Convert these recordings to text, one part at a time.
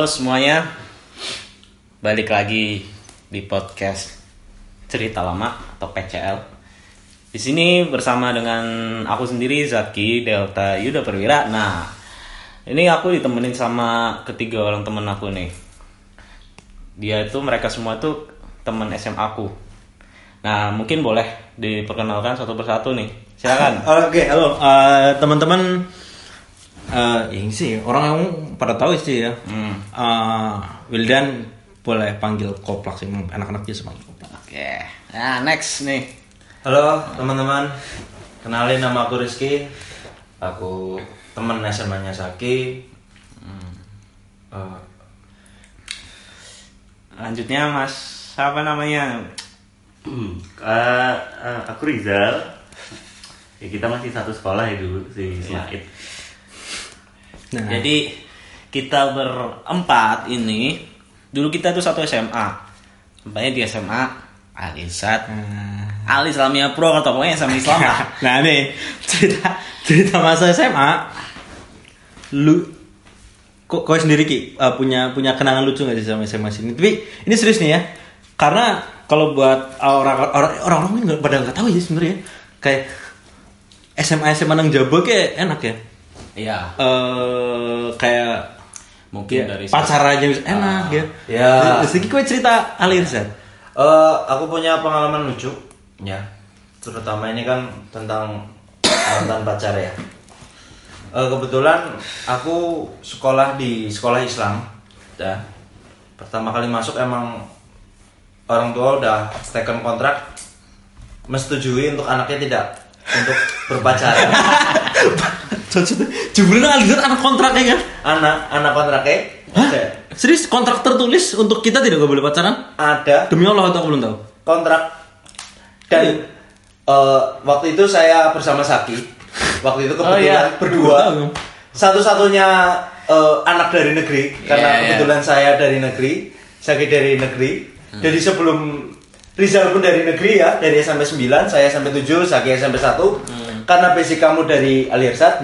semuanya, balik lagi di podcast Cerita Lama atau PCL. Di sini bersama dengan aku sendiri, Zaki Delta Yuda Perwira. Nah, ini aku ditemenin sama ketiga orang temen aku nih. Mereka semua tuh teman SMA aku. Nah, mungkin boleh diperkenalkan satu persatu nih. Silakan. Oke, halo teman-teman. Ini sih orang yang pada tahu sih ya. Wildan boleh panggil Koplak sih, anak-anak dia semangat Koplak. Oke. Nah, next nih. Halo teman-teman, kenalin nama aku Rizky. Aku teman SMA-nya Zaki. Lanjutnya Mas, apa namanya? Aku Rizal. Ya, kita masih satu sekolah ya dulu sih sedikit. Nah. Jadi kita berempat ini dulu kita tuh satu SMA. Sampainya di SMA Alisat, Al Islamia Pro atau pokoknya SMA Islam lah. Nah nih cerita masa SMA. Lu kok sendiri Ki punya kenangan lucu nggak sih sama SMA sini? Tapi ini serius nih ya, karena kalau buat orang-orang ini pada nggak tahu ya sebenarnya kayak SMA nang Jabo kayak enak ya. Iya. Kayak mungkin ya, dari pacar aja enak ya. Ya. Sedikit kue cerita Alisat. Aku punya pengalaman lucu, ya. Terutama ini kan tentang mantan pacar ya. Kebetulan aku sekolah di sekolah Islam. Ya. Pertama kali masuk emang orang tua udah teken kontrak, menyetujui untuk anaknya tidak untuk berpacaran. Jujur Alisat anak kontraknya kan? Anak kontraknya. Hah? Serius kontrak tertulis untuk kita tidak boleh pacaran? Ada. Demi Allah aku belum tahu. Kontrak. Dan waktu itu saya bersama Saki. Waktu itu kebetulan berdua. Satu-satunya anak dari negeri karena kebetulan saya dari negeri, Saki dari negeri. Jadi sebelum Rizal pun dari negeri ya, dari SMP 9, saya SMP 7, Saki SMP 1. Karena basic kamu dari Alirsat.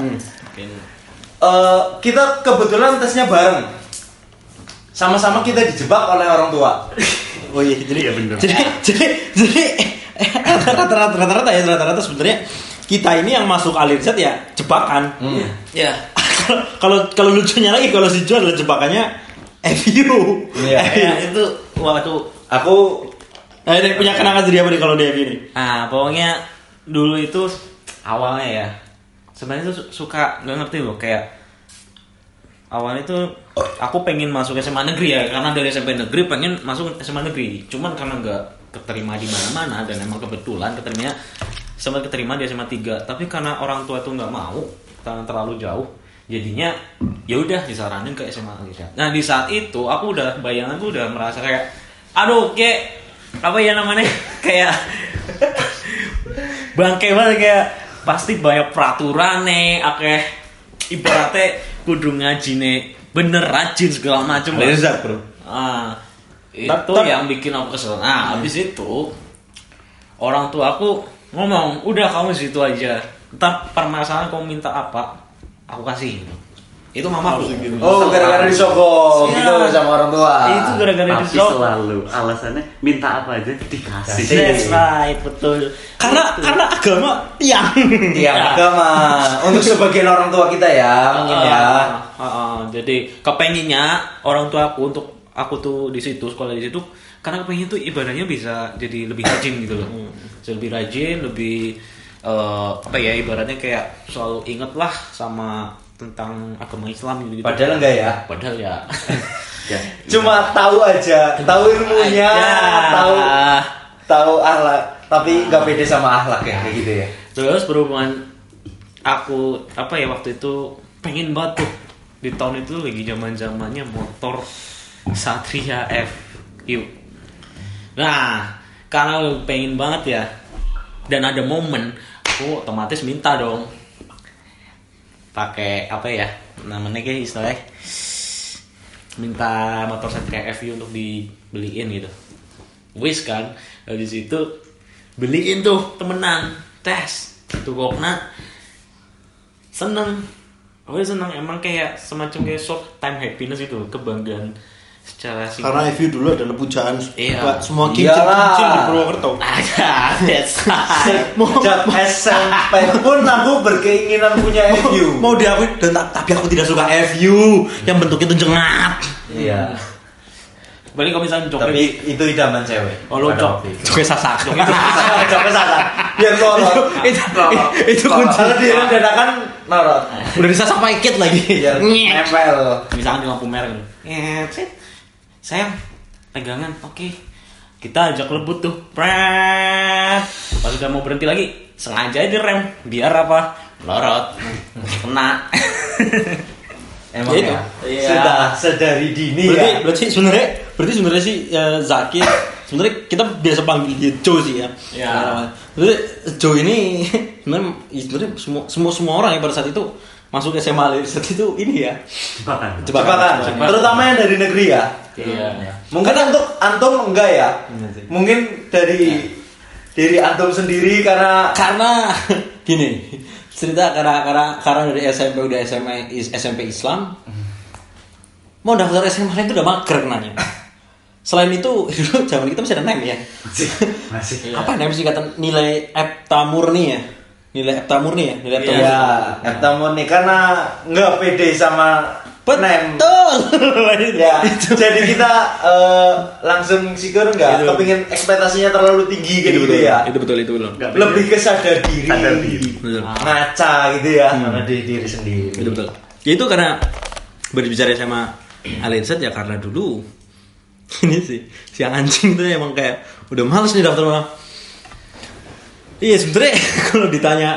Kita kebetulan tesnya bareng. Sama-sama kita dijebak oleh orang tua. Oh iya, jadi ya bener. Jadi rata-rata sebenarnya kita ini yang masuk Alirsat ya jebakan. Ya. Kalau lucunya lagi kalau si Jo adalah jebakannya FU. Iya. Ya, itu waktu Aku dia punya kenangan jadi apa nih kalau dia gini? pokoknya dulu itu awalnya ya. Sebenarnya tuh suka nggak ngerti loh, kayak awalnya tuh aku pengen masuk SMA negeri ya, karena dari SMP negeri pengen masuk SMA negeri. Cuman karena nggak keterima di mana-mana dan emang kebetulan sempat keterima di SMA 3. Tapi karena orang tua tuh nggak mau, karena terlalu jauh, jadinya ya udah disaranin ke SMA gitu. Nah di saat itu aku udah bayangan tuh udah merasa kayak aduh kayak apa ya namanya kayak bangke banget, kayak pasti banyak peraturan nih, akeh ibaratnya kudu ngaji nih bener rajin segala macam. Alirsat bro. Itu yang bikin aku kesel. Habis itu orang tua aku ngomong udah kamu situ aja, ntar permasalahan kamu minta apa aku kasih gitu. Itu mama aku. gara-gara disogok gitu sama orang tua. Itu gara-gara Tapi disogok. selalu alasannya minta apa aja dikasih. That's right, betul. Karena agama tiang agama untuk sebagian orang tua kita ya mungkin ya. Jadi kepenginnya orang tua aku untuk aku tuh di situ, sekolah di situ, karena kepengen tuh ibadahnya bisa jadi lebih rajin gitu loh. Bisa lebih rajin, lebih ibaratnya kayak selalu inget lah sama tentang agama Islam gitu. Padahal enggak ya. Padahal ya. Cuma tahu aja, tahu ilmunya, tahu akhlak, tapi nggak beda sama akhlak ya kayak gitu ya. Terus berhubungan aku waktu itu pengen banget tuh di tahun itu lagi zaman-zamannya motor Satria FU. Nah, karena pengen banget ya dan ada momen, aku otomatis minta dong pakai namanya kayak istilahnya minta motor Satria FU untuk dibeliin gitu. Wis kan dari situ beliin tuh temenan tes tuh kokna seneng Aku senang emang kayak semacam kayak short time happiness itu, kebanggaan secara singkat. Karena FU dulu adalah pujaan Iya. semua kincir-kincir di Purwokerto. Sejak SMP pun aku berkeinginan punya FU. Mau diakui tapi aku tidak suka FU yang bentuknya itu jengat. Iya. Balik kalau misalnya coklat. Tapi itu idaman cewek. Oh lo pada waktu itu. Coklat sasak. Coklat sasak. Biar norot. Itu kunci. Kalau dadakan norot. Udah disasak pakai kit lagi. Biar nempel. Misalnya di lampu merah gitu. Sayang, pegangan. Oke. Kita ajak lebut tuh. Pret. Pas udah mau berhenti lagi, sengaja direm. Biar apa? Lorot. Kena. Emang Ya itu. ya. Iya. Sudah sedari dini ya. Berarti sebenarnya sih Zaki sebenarnya kita biasa panggil dia Joe sih ya. Iya. Berarti Joe ini sebenarnya semua orang yang pada saat itu masuk SMA Alirsat itu ini ya. Jebakan. Terutama yang dari negeri ya. Iya. Mungkin untuk antum enggak ya. Mungkin dari antum sendiri karena gini cerita karena dari SMP udah SMP Islam mau daftar SMA itu udah mager nanya. Selain itu dulu zaman kita masih ada NEM ya. Masih. Apa NEM sih kata nilai Epta Murni ya? Nilai Epta Murni ya? Nilai Epta Murni. iya, Epta Murni karena enggak pede sama NEM. Betul. Ya, jadi kita langsung syukur enggak Itu. kepingin ekspektasinya terlalu tinggi kayak gitu ya. Itu betul. Lebih ke sadar diri. Sadar diri. Betul. Ngaca gitu ya sama diri sendiri. Itu betul. Ya itu karena berbicara sama Alirsat ya karena dulu ini sih si anjing itu emang kayak udah males nih daftar malah. Iya sebenernya kalau ditanya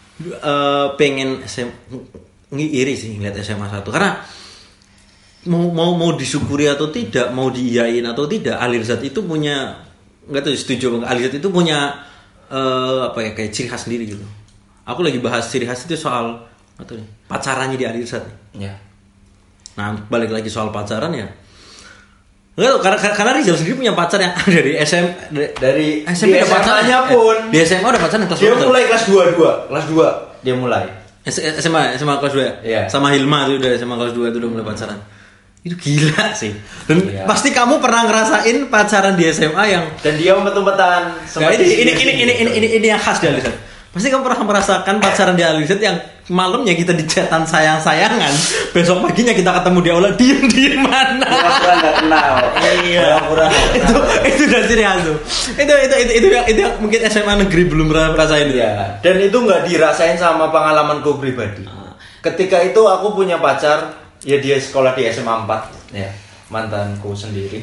pengen iri sih ngeliat SMA 1 karena mau disyukuri atau tidak, mau diiyain atau tidak, Alirsat itu punya nggak tahu setuju nggak, Alirsat itu punya apa ya kayak ciri khas sendiri gitu. Aku lagi bahas ciri khas itu soal apa nih, pacarannya di Alirsat nih. Ya. Nah balik lagi soal pacaran ya. Nggak tahu, karena Rizal sendiri punya pacar yang dari Dari SMP di udah pacaran SMA-nya pun di SMA udah pacaran kelas dia berapa? mulai kelas 2 dia mulai. SMA kelas 2 ya? Iya. Sama Hilma tuh udah SMA kelas 2 itu udah mulai pacaran. Itu gila sih. Dan Iya. pasti kamu pernah ngerasain pacaran di SMA yang Dan dia umpet-umpetan Nah, ini yang khas di Alirsat. Pasti kamu pernah merasakan pacaran di Alirsat yang malamnya kita di chatan sayang-sayangan, besok paginya kita ketemu di aula diem mana. pura-pura nggak kenal. Iya. Pura-pura nggak kenal. Itu udah ciri khas tuh. Itu yang mungkin SMA negeri belum pernah rasain ya. Iya. Dan itu nggak dirasain sama pengalamanku pribadi. Ketika itu aku punya pacar, ya dia sekolah di SMA 4 ya, mantanku sendiri.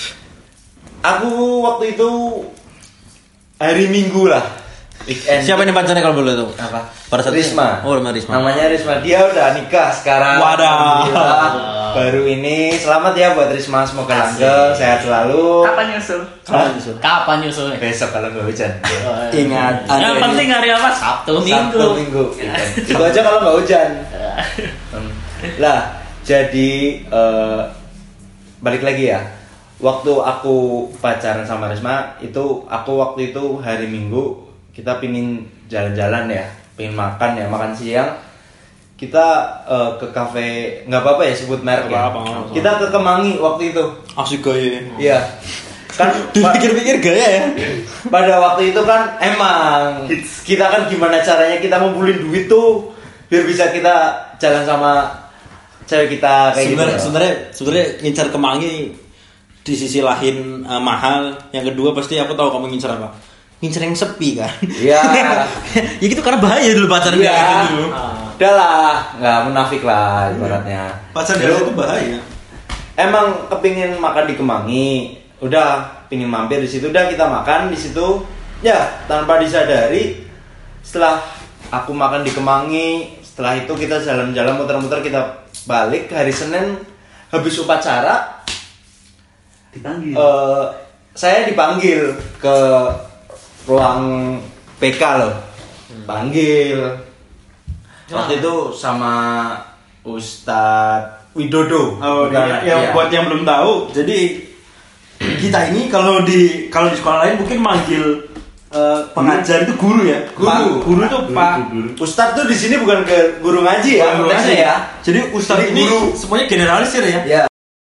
Aku waktu itu hari Minggu lah, weekend. Siapa ini pacarnya kalau boleh tahu? Apa? Pada saat Risma. Oh, Risma. Namanya Risma. Dia udah nikah sekarang. Wadah. Alhamdulillah. Baru ini. Selamat ya buat Risma, semoga langgeng, sehat selalu. Kapan nyusul? Kapan nyusul? Besok kalau nggak hujan. Ingat. Yang penting hari apa? Sabtu Minggu. Sabtu Minggu. Itu aja kalau nggak hujan. Lah, jadi balik lagi ya. Waktu aku pacaran sama Risma itu, aku waktu itu hari Minggu kita pingin jalan-jalan ya, pingin makan ya, makan siang. Kita ke kafe, nggak apa-apa ya sebut merek ya. Apa-apa. Kita ke Kemangi waktu itu. Asik gaya. Iya. Kan Dipikir-pikir gaya ya. pada waktu itu kan emang kita kan gimana caranya kita ngumpulin duit tuh biar bisa kita jalan sama cewek kita kayak gitu. Sebenarnya ngincar Kemangi di sisi lain mahal. Yang kedua pasti aku tahu kamu ngincar apa. Ngincar yang sepi kan. Iya. Ya gitu karena bahaya dulu pacaran Iya. kayak gitu dulu. Udah lah, nggak munafik lah ibaratnya. Pacaran Dulu itu bahaya. emang kepingin makan di Kemangi, udah pingin mampir di situ, udah kita makan di situ. Ya tanpa disadari, setelah aku makan di Kemangi, setelah itu kita jalan-jalan muter-muter, kita balik hari Senin habis upacara. Dipanggil. Saya dipanggil ke ruang PK loh, panggil. Waktu itu sama Ustadz Widodo. Iya. Buat yang belum tahu, jadi kita ini kalau di sekolah lain mungkin manggil pengajar itu guru ya. Guru itu Pak. Ustadz tuh di sini bukan ke guru ngaji ya, Guru konteksnya ngaji. ya. Jadi ustadz ini guru. semuanya generalis ya. Ya.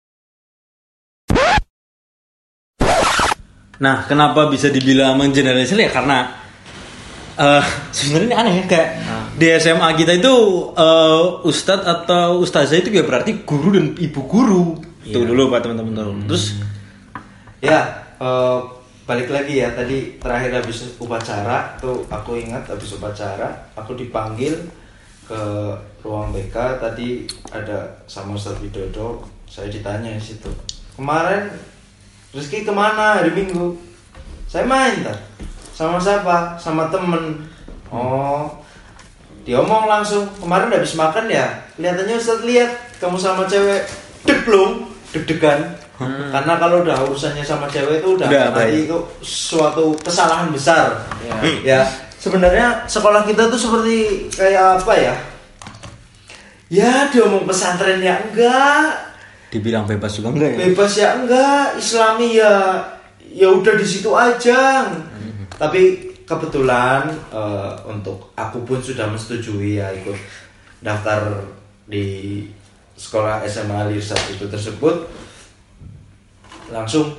Nah, kenapa bisa dibilang menggeneralisir ya? Karena sebenarnya ini aneh ya, kayak di SMA kita itu ustadz atau ustazah itu ya berarti guru dan ibu guru. Itu dulu Pak teman-teman tahu. Terus Ya, balik lagi ya, tadi terakhir habis upacara tuh aku ingat habis upacara aku dipanggil ke ruang BK, tadi ada sama Ustadz Widodo, saya ditanya di situ, kemarin Rizky kemana hari Minggu? Saya main tak? Sama siapa? Sama temen. Oh, diomong langsung, kemarin udah habis makan ya? Kelihatannya Ustadz lihat kamu sama cewek deg-degan. Karena kalau udah urusannya sama cewek itu udah nanti itu suatu kesalahan besar. Ya, sebenarnya sekolah kita tuh seperti kayak apa ya? Ya, diomong pesantren ya enggak. dibilang bebas juga enggak ya? Bebas ya enggak, Islami ya udah di situ aja. Tapi kebetulan untuk aku pun sudah menyetujui ya ikut daftar di sekolah SMA Al-Irsyad itu tersebut. Langsung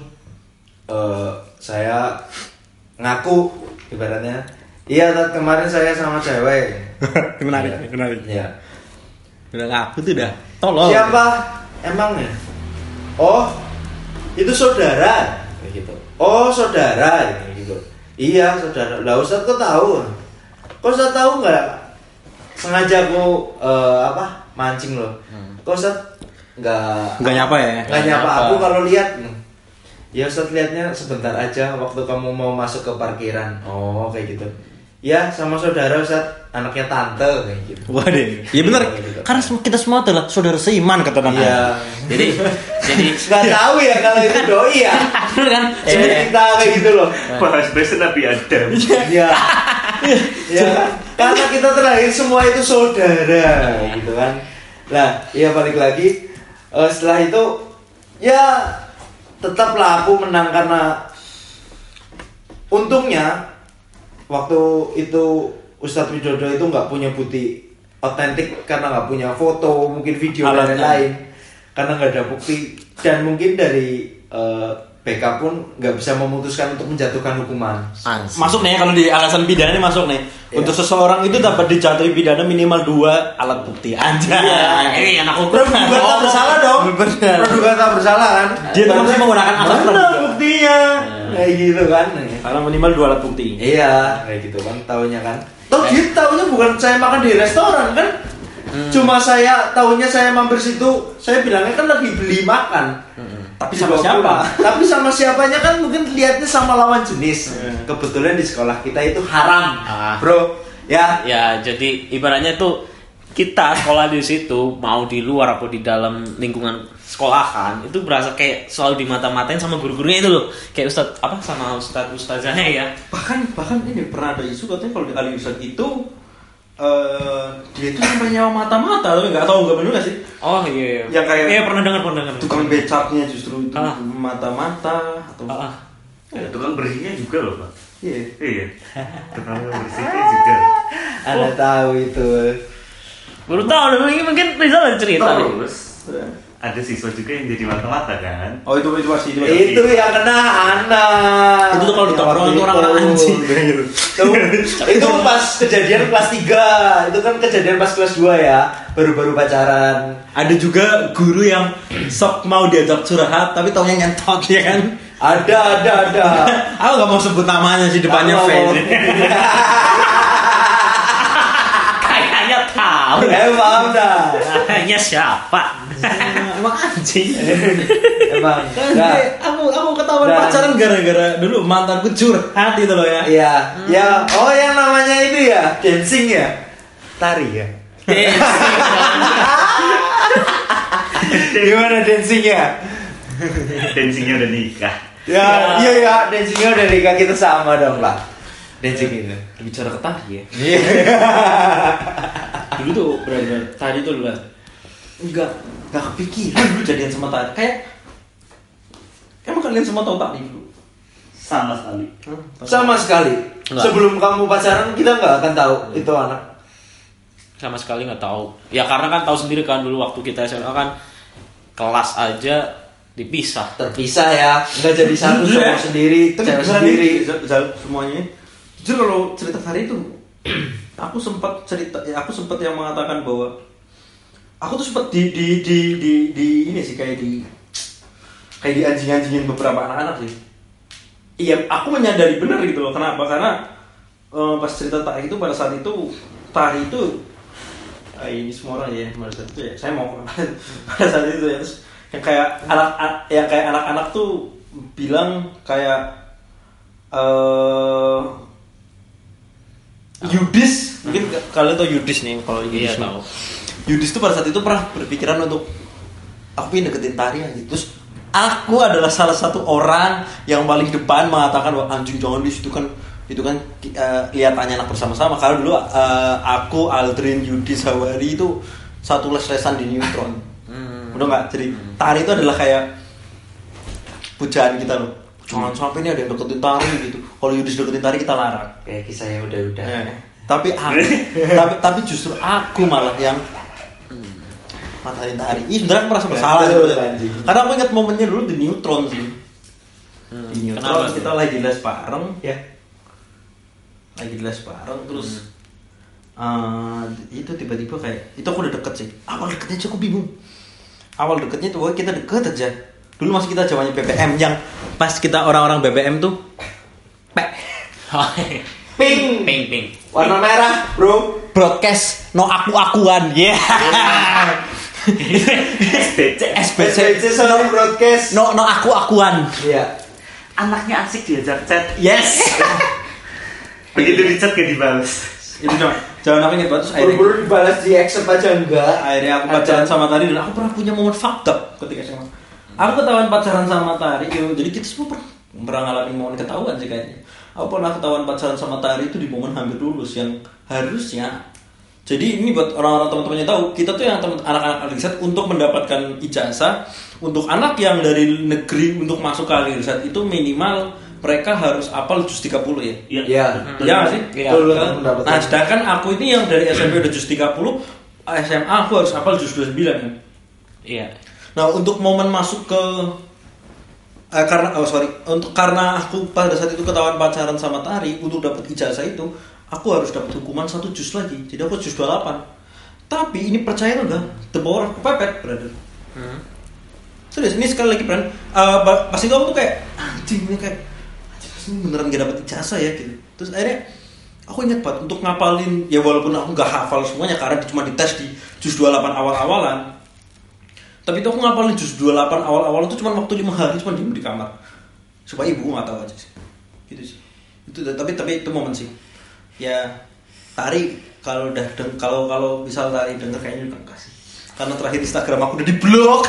saya ngaku ibaratnya, iya kemarin saya sama cewek. menarik. Ya. Udah ngaku tuh udah tolong. Siapa emangnya? Oh, itu saudara kayak gitu. Oh, saudara kayak gitu. Iya, saudara. Lah Ustadz kok tahu? Kok Ustadz tahu nggak? Sengaja aku mancing loh. Kok Ustadz nggak nyapa ya? Nggak nyapa aku kalau lihat. Ya Ustadz lihatnya sebentar aja waktu kamu mau masuk ke parkiran. Oh, kayak gitu. Ya, sama saudara Ustadz, anaknya tante kayak gitu. Waduh, iya benar. Karena kita semua adalah saudara seiman kata Nabi. Iya. Jadi Nggak tahu ya kalau itu doi ya. bener kan? Kita kayak gitu loh. Bahas Nabi Adam. Iya. Ya, karena kita terakhir semua itu saudara gitu kan. Nah, ya balik lagi setelah itu ya tetaplah aku menang karena untungnya waktu itu Ustadz Widodo itu nggak punya bukti otentik karena nggak punya foto, mungkin video dan lain-lain, karena nggak ada bukti dan mungkin dari BK pun nggak bisa memutuskan untuk menjatuhkan hukuman. Masuk nih kalau di alasan pidana ini masuk nih. Iya. Untuk seseorang itu dapat dijatuhi pidana minimal 2 alat bukti aja. Ini anak hukum. Praduga tak bersalah dong. Praduga tak bersalah kan. Dia tetap harus menggunakan alat mana praduga. buktinya? Kayak gitu kan. Karena minimal 2 alat bukti. Iya, kayak gitu kan taunya kan. Toh dia taunya bukan saya makan di restoran kan. Cuma saya taunya saya mampir situ, saya bilangnya kan lagi beli makan. Tapi sama siapa? Tapi sama siapanya kan mungkin lihatnya sama lawan jenis. Kebetulan di sekolah kita itu haram, bro. Ya. Ya, jadi ibaratnya tuh kita sekolah di situ mau di luar atau di dalam lingkungan sekolahan itu berasa kayak selalu dimata-matain sama guru-gurunya itu loh. Kayak sama ustazahnya ya. Bahkan ini pernah ada isu katanya kalau di Al-Irsyad itu dia itu sampai nyawa mata-mata, tapi nggak tahu nggak benar nggak sih? Oh iya. Yang kayak pernah dengar. Tukang becaknya justru itu mata-mata atau Tukang bersihnya juga loh Pak. Iya. Tukang bersihnya juga. Anda tahu itu. Baru tahu mungkin Rizal ada cerita nih. Terus ada siswa juga yang jadi mata-mata kan? Oh itu masih Itu yang kena anak. Itu tuh kalau di tongkrongan tuh orang-orang anjing. Itu pas kejadian kelas 3. Itu kan kejadian pas kelas 2 ya. Baru-baru pacaran. Ada juga guru yang sok mau diajak curhat tapi taunya nyentot ya kan? Ada. Aku nggak mau sebut namanya sih, depannya V. Kayaknya tahu. Emang dah. Kayaknya siapa? Emang anjing. Emang. Aku ketahuan pacaran gara-gara dulu mantanku curhat itu loh ya. Iya. Ya, oh yang namanya itu ya, dancing ya. Tari ya. Gimana dancingnya? Dancingnya udah nikah. Ya, iya, dancingnya udah nikah, kita sama dong lah. Dancing itu. Bicara ke tari ya. Iya. Dulu tuh benar-benar tadi tuh lah. Enggak kepikiran dulu jadian sama tari. Kayak emang kalian semua tahu tari dulu? Sama sekali. Sama sekali. Enggak. Sebelum kamu pacaran kita nggak akan tahu itu anak. Sama sekali nggak tahu. Ya karena kan tahu sendiri kan dulu waktu kita SMA kan kelas aja dipisah. Terpisah ya, nggak jadi satu Jujur ya. cowok sendiri, Tapi cewek beneran sendiri. nih, semuanya. Jujur kalau cerita hari itu, aku sempat yang mengatakan bahwa aku tuh sempat di ini sih kayak di anjing-anjingin beberapa anak-anak sih. Iya, aku menyadari benar gitu loh. Kenapa? Karena pas cerita tari itu pada saat itu tari itu ini semua orang ya pada saat itu ya. Saya mau pada saat itu ya terus yang kayak anak-anak tuh bilang kayak Yudis, mungkin kalian tau Yudis nih kalau Yudis Iya, tahu. Yudis tuh pada saat itu pernah berpikiran untuk aku ingin deketin Tari aja. Terus aku adalah salah satu orang yang paling depan mengatakan bahwa anjing jangan di situ kan lihatannya anak bersama-sama. Karena dulu aku, Aldrin, Yudis, Hawari itu satu les-lesan di Neutron. Udah nggak? Jadi Tari itu adalah kayak pujaan kita loh. Jangan sampai ini ada yang deketin Tari gitu. Kalau Yudis deketin Tari kita larang. Kayak kisahnya udah. Tapi tapi justru aku malah yang matain Tari. Ih, sebenarnya aku merasa bersalah sih. Karena aku ingat momennya dulu di Neutron sih. Di Neutron Kenapa? kita lagi les bareng ya. Lagi les bareng terus itu tiba-tiba kayak itu aku udah deket sih. Awal deketnya aja aku bingung. Awal deketnya tuh kita deket aja. Dulu masih kita zamannya BBM yang pas kita orang-orang BBM tuh Pink. Pink. Warna merah, bro. broadcast no aku-akuan. Yeah. SBC sama broadcast. No aku-akuan. Iya. Anaknya asik diajak chat. Yes. Begitu di chat gak dibalas. Itu jangan aku inget banget terus akhirnya Buru-buru dibalas di accept aja enggak. akhirnya aku pacaran sama Tari dan aku pernah punya momen fucked up ketika SMA. Aku ketahuan pacaran sama Tari, jadi kita semua pernah ngalamin momen ketahuan sih kayaknya. Aku pernah ketahuan pacaran sama Tari itu di momen hampir lulus yang harusnya. Jadi ini buat orang-orang teman-temannya tahu, kita tuh yang anak-anak Alirsat untuk mendapatkan ijazah untuk anak yang dari negeri untuk masuk ke Alirsat itu minimal mereka harus hafal juz 30 ya. Iya. Ya nggak sih? Iya. Betul, Kan? mendapatkan. Nah, sedangkan aku ini yang dari SMP udah juz 30, SMA aku harus hafal juz 29 kan. Iya. Nah, untuk momen masuk ke karena aku pada saat itu ketahuan pacaran sama Tari, untuk dapat ijazah itu aku harus dapat hukuman 1 juz lagi. Jadi aku juz 28. Tapi ini percaya atau enggak? The power of pepet, brother. Serius, ini sekali lagi, Bran. Pasti kamu tuh kayak anjing ini kayak ini beneran gak dapet ijazah ya gitu. Terus akhirnya aku ingat banget untuk ngapalin ya walaupun aku gak hafal semuanya karena cuma dites di juz 28 awal-awalan. Tapi itu aku ngapalin juz 28 awal-awal itu cuma waktu 5 hari cuma diem di kamar. Supaya ibu gak tahu aja sih. Gitu sih. Itu tapi itu momen sih. Ya Tari kalau misal Tari denger kayaknya udah enggak sih. Karena terakhir Instagram aku udah di-blok.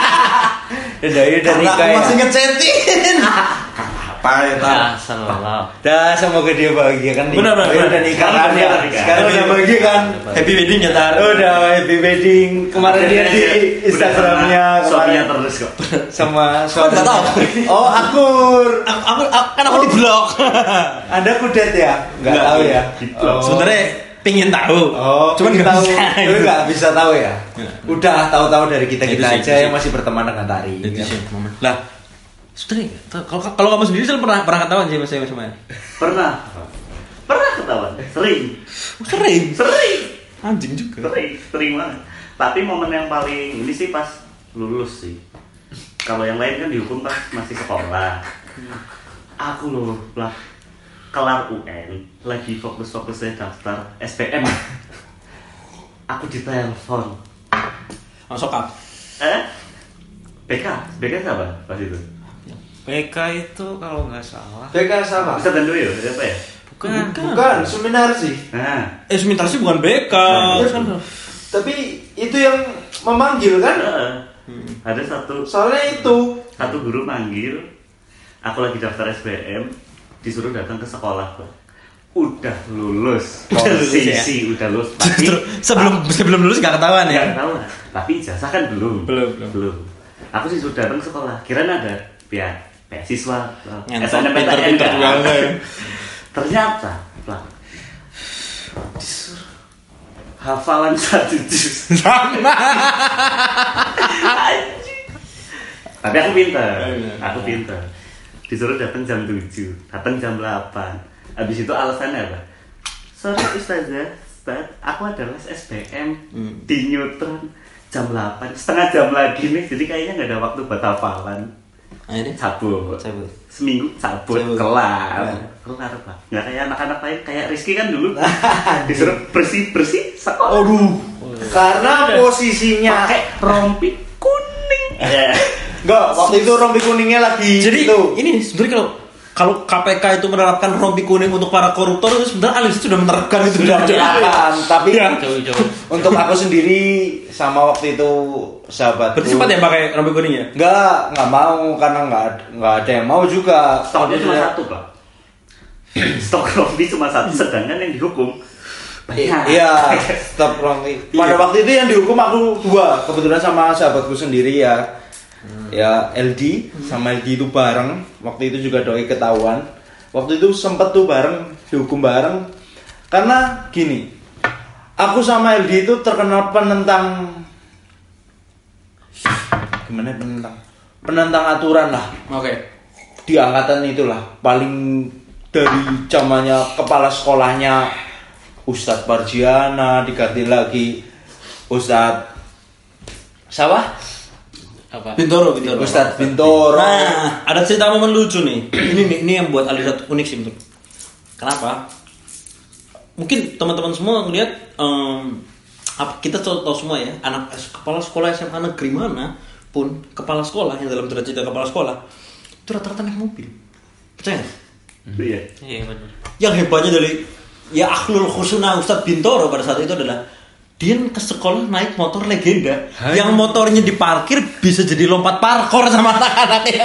Udah Karena nikah aku ya. masih ngechatin. Apa ya, Tar? Ya, salah. Dah, semoga dia bahagia kan. Benar. Udah nikah kan ya. Sekarang udah bahagia kan. Happy wedding ya, Tar. Udah happy wedding. Kemarin dia di Instagramnya Suaminya kemarin terus kok. sama Aku nggak tahu. Oh, akur. Aku di-blok. Anda kudet ya? Nggak tahu ya. Di-blok. Sebenarnya pengen tahu. Oh, cuman pengen nggak tahu. bisa. Tapi nggak bisa tahu ya. Udah tahu-tahu dari kita Itu sih, aja itu yang sih. masih berteman dengan Tari. Itu sih momen. Lah, sebenarnya kalau kamu sendiri pernah ketahuan sih sama Pernah ketahuan. Sering. anjing juga. Sering banget. Tapi momen yang paling ini sih pas lulus sih. Kalau yang lain kan dihukum pas masih sekolah. Aku loh lah kelar UN lagi fokus-fokusnya daftar SPM. Aku ditelepon. Masuk up. BK siapa pas itu? PK itu kalau nggak salah. BK sama. Bisa dan ya? Siapa ya? Bukan, seminar sih. Nah, Sebentar sih bukan BK. Nah, Tapi itu yang memanggil kan? ada satu Soalnya itu. guru manggil. Aku lagi daftar SBM, disuruh datang ke sekolah. Udah lulus, Udah lulus ya? posisi udah lulus. Tapi Justru sebelum lulus nggak ketahuan ya. nggak tahu, tapi ijazah kan belum. Belum. Aku sih sudah datang ke sekolah. Kirain ada pihak beasiswa Ngentot pinter-pinter juga ya. Ternyata Plak, disuruh hafalan 1 juz Sama. tapi aku pinter disuruh datang jam 7 datang jam 8 habis itu alasannya apa? Sorry Ustazah, aku ada les SBM di Newton jam 8 setengah jam lagi nih, jadi kayaknya nggak ada waktu buat hafalan. Akhirnya cabut seminggu cabut. kelar Pak, nggak kayak anak-anak lain kayak Rizky kan dulu disuruh bersih sekolah. Aduh, karena posisinya pakai rompi kuning. Enggak, waktu itu rompi kuningnya lagi. Jadi itu. ini sebenarnya kalau KPK itu menerapkan rompi kuning untuk para koruptor itu sebenarnya Alis sudah menerapkan itu Sudah menerapkan, tapi ya. untuk aku sendiri sama waktu itu sahabatku. Berarti sempat ya pakai rompi kuning ya? Nggak mau karena nggak ada yang mau juga. Stoknya cuma 1 Pak. Stok rompi cuma 1, sedangkan yang dihukum banyak. Iya, stok rompi. Pada waktu itu yang dihukum aku 2, kebetulan sama sahabatku sendiri ya. Ya LD sama LD itu bareng. Waktu itu juga doi ketahuan. Waktu itu sempet tuh bareng, dihukum bareng. Karena gini, aku sama LD itu terkenal penentang. Gimana penentang aturan lah. Oke. Di angkatan itulah paling dari zamannya kepala sekolahnya Ustadz Parjiana, diganti lagi Ustadz Sawah Apa? Bintoro. Ustadz Bintoro. Nah, ada cerita momen lucu nih. ini yang buat Alisat unik sih menurut. Kenapa? Mungkin teman-teman semua ngelihat kita tahu semua ya, anak kepala sekolah SMA negeri mana pun kepala sekolah yang dalam cita kepala sekolah itu rata-rata naik mobil. Percaya nggak? Iya benar. Yang hebatnya dari ya akhlul khusuna Ustadz Bintoro pada saat itu adalah dia ke sekolah naik motor legenda. Yang motornya diparkir bisa jadi lompat parkour sama anak-anaknya.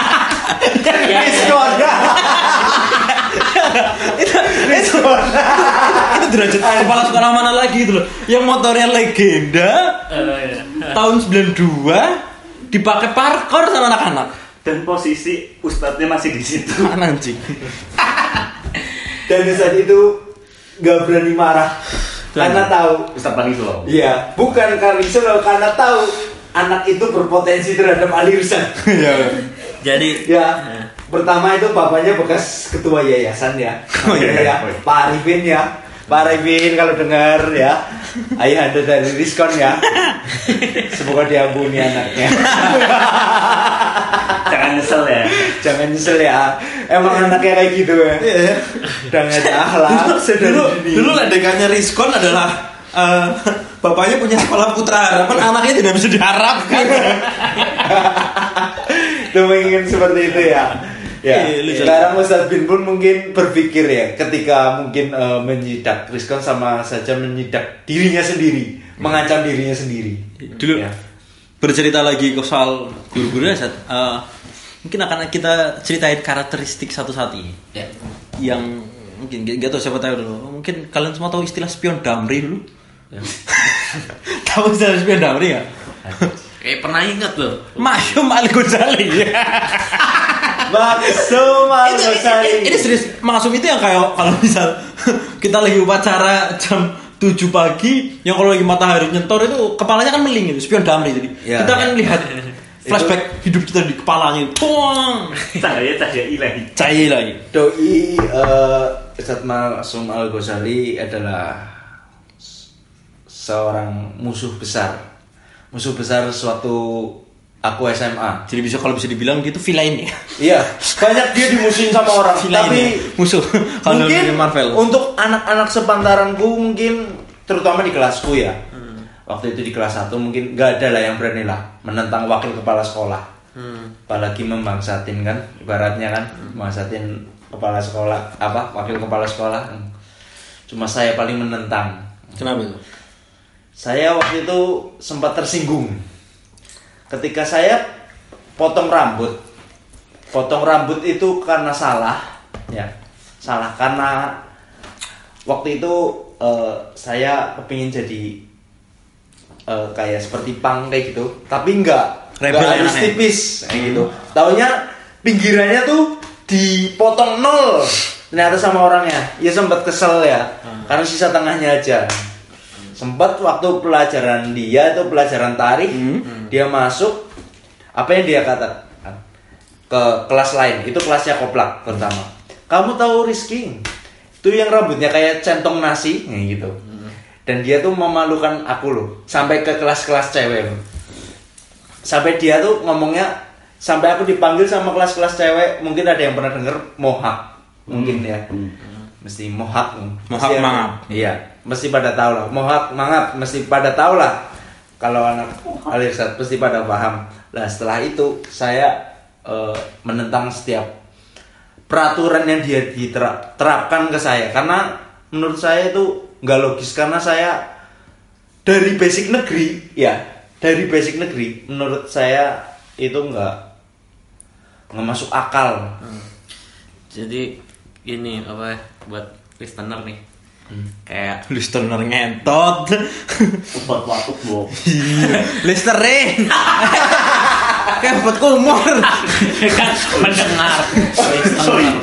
Itu derajat kepala sekolah mana lagi itu loh. Yang motornya legenda tahun 92 dipakai parkour sama anak-anak. Dan posisi ustadznya masih di situ. Anjing. Dan di saat itu nggak berani marah karena tahu Ustadz paling slow. iya, bukan karena slow, karena tahu anak itu berpotensi terhadap aliran. Jadi Ya, pertama itu bapaknya bekas ketua yayasan ya. Ya, Pak Arifin ya. Pak Arifin kalau dengar ya, ayah anda dari Rizkon ya. Semoga diampuni anaknya. Jangan nyesel ya. Jangan nyesel ya. Emang anaknya kayak gitu ya. Udah nggak ada akhlak. dulu ledekannya Rizkon adalah bapaknya punya sekolah putra harapan, anaknya tidak bisa diharapkan. Tuh ingin seperti itu ya. Ya, Iya, sekarang Ustadz Bin pun mungkin berpikir ya, ketika mungkin menyidak Rizkon sama saja menyidak dirinya sendiri, mengancam dirinya sendiri. Dulu Ya. bercerita lagi ke soal guru-gurunya, mungkin akan kita ceritain karakteristik satu-satu ini. Ya. Yang mungkin gak tahu siapa tahu dulu. Mungkin kalian semua tahu istilah spion damri dulu. Ya. Tahu istilah spion damri ya? Kayak pernah ingat loh. Masyum Al-Ghazali. Maksum Al-Ghazali. Ini serius, Maksum itu yang kayak kalau misal kita lagi upacara jam 7 pagi, yang kalau lagi matahari nyentor itu kepalanya kan melingin, spion damri jadi. Ya, kita kan lihat flashback hidup kita di kepalanya. Tuang. Cahaya ilahi. Cahaya lagi. Doi Ustadz Maksum Al-Ghazali adalah seorang musuh besar suatu aku SMA. Jadi kalau bisa dibilang dia itu villain ya. Iya, banyak dia dimusuhin sama orang. Villain Tapi ya. Musuh. Kalau mungkin di Marvel. untuk anak-anak sepantaranku mungkin terutama di kelasku ya. Waktu itu di kelas 1 mungkin gak ada lah yang berani lah menentang wakil kepala sekolah. Apalagi membangsatin kan, ibaratnya kan, membangsatin kepala sekolah, wakil kepala sekolah. Cuma saya paling menentang. Kenapa itu? Saya waktu itu sempat tersinggung ketika saya potong rambut itu karena salah ya, salah karena waktu itu saya kepingin jadi kayak seperti punk kayak gitu, tapi enggak Rebel harus anaknya. tipis kayak gitu. Taunya pinggirannya tuh dipotong 0 ternyata sama orangnya. Ya sempat kesel ya, karena sisa tengahnya aja. Sempat waktu pelajaran dia itu pelajaran tarik, dia masuk, apa yang dia katakan ke kelas lain, itu kelasnya koplak pertama. Kamu tahu Rizky? Itu yang rambutnya kayak centong nasi, gitu. Dan dia tuh memalukan aku loh, sampai ke kelas-kelas cewek loh. Sampai dia tuh ngomongnya, sampai aku dipanggil sama kelas-kelas cewek, mungkin ada yang pernah denger mohak, mungkin ya. Mesti mohak mangap. Iya, mesti pada tahu lah. Mohak mangap, mesti pada tahu lah. Kalau anak Alirsat pasti pada paham. Nah setelah itu saya menentang setiap peraturan yang dia diterapkan ke saya, karena menurut saya itu nggak logis, karena saya dari basic negeri ya, dari basic negeri menurut saya itu nggak masuk akal. Jadi ini apa buat listener nih, kayak Listener ngentot. Buat waktu bu. Listerin. Kayak buat kumur. kan mendengar listener.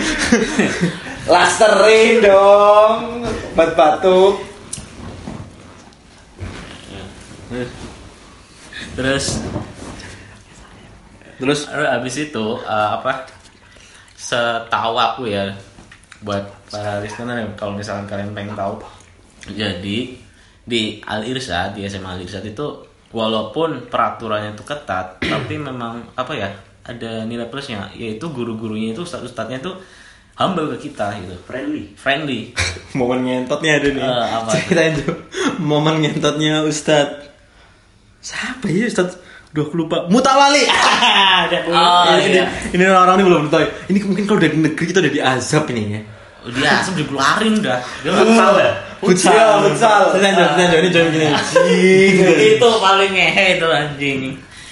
Lasterin dong, buat batuk. Terus abis itu setahu aku ya, buat para listener kalau misalkan kalian pengen tahu, jadi di Al Irsyad, di SMA Al Irsyad itu walaupun peraturannya itu ketat, tapi memang ada nilai plusnya, yaitu guru-gurunya itu ustadz-ustadznya itu humble ke kita gitu, friendly. Momen ngentotnya ada nih. Ceritain tuh momen ngentotnya Ustadz. Siapa ya Ustadz? Duh aku lupa. Mutawali. Ini orang-orang ini belum tahu. Ini mungkin kalau dari negeri kita udah diazab ini ya. Dia asam dikeluarin dah. Dia Futsal ya? Futsal. Lanjut ini join gini. Itu paling ngehe itu anjing.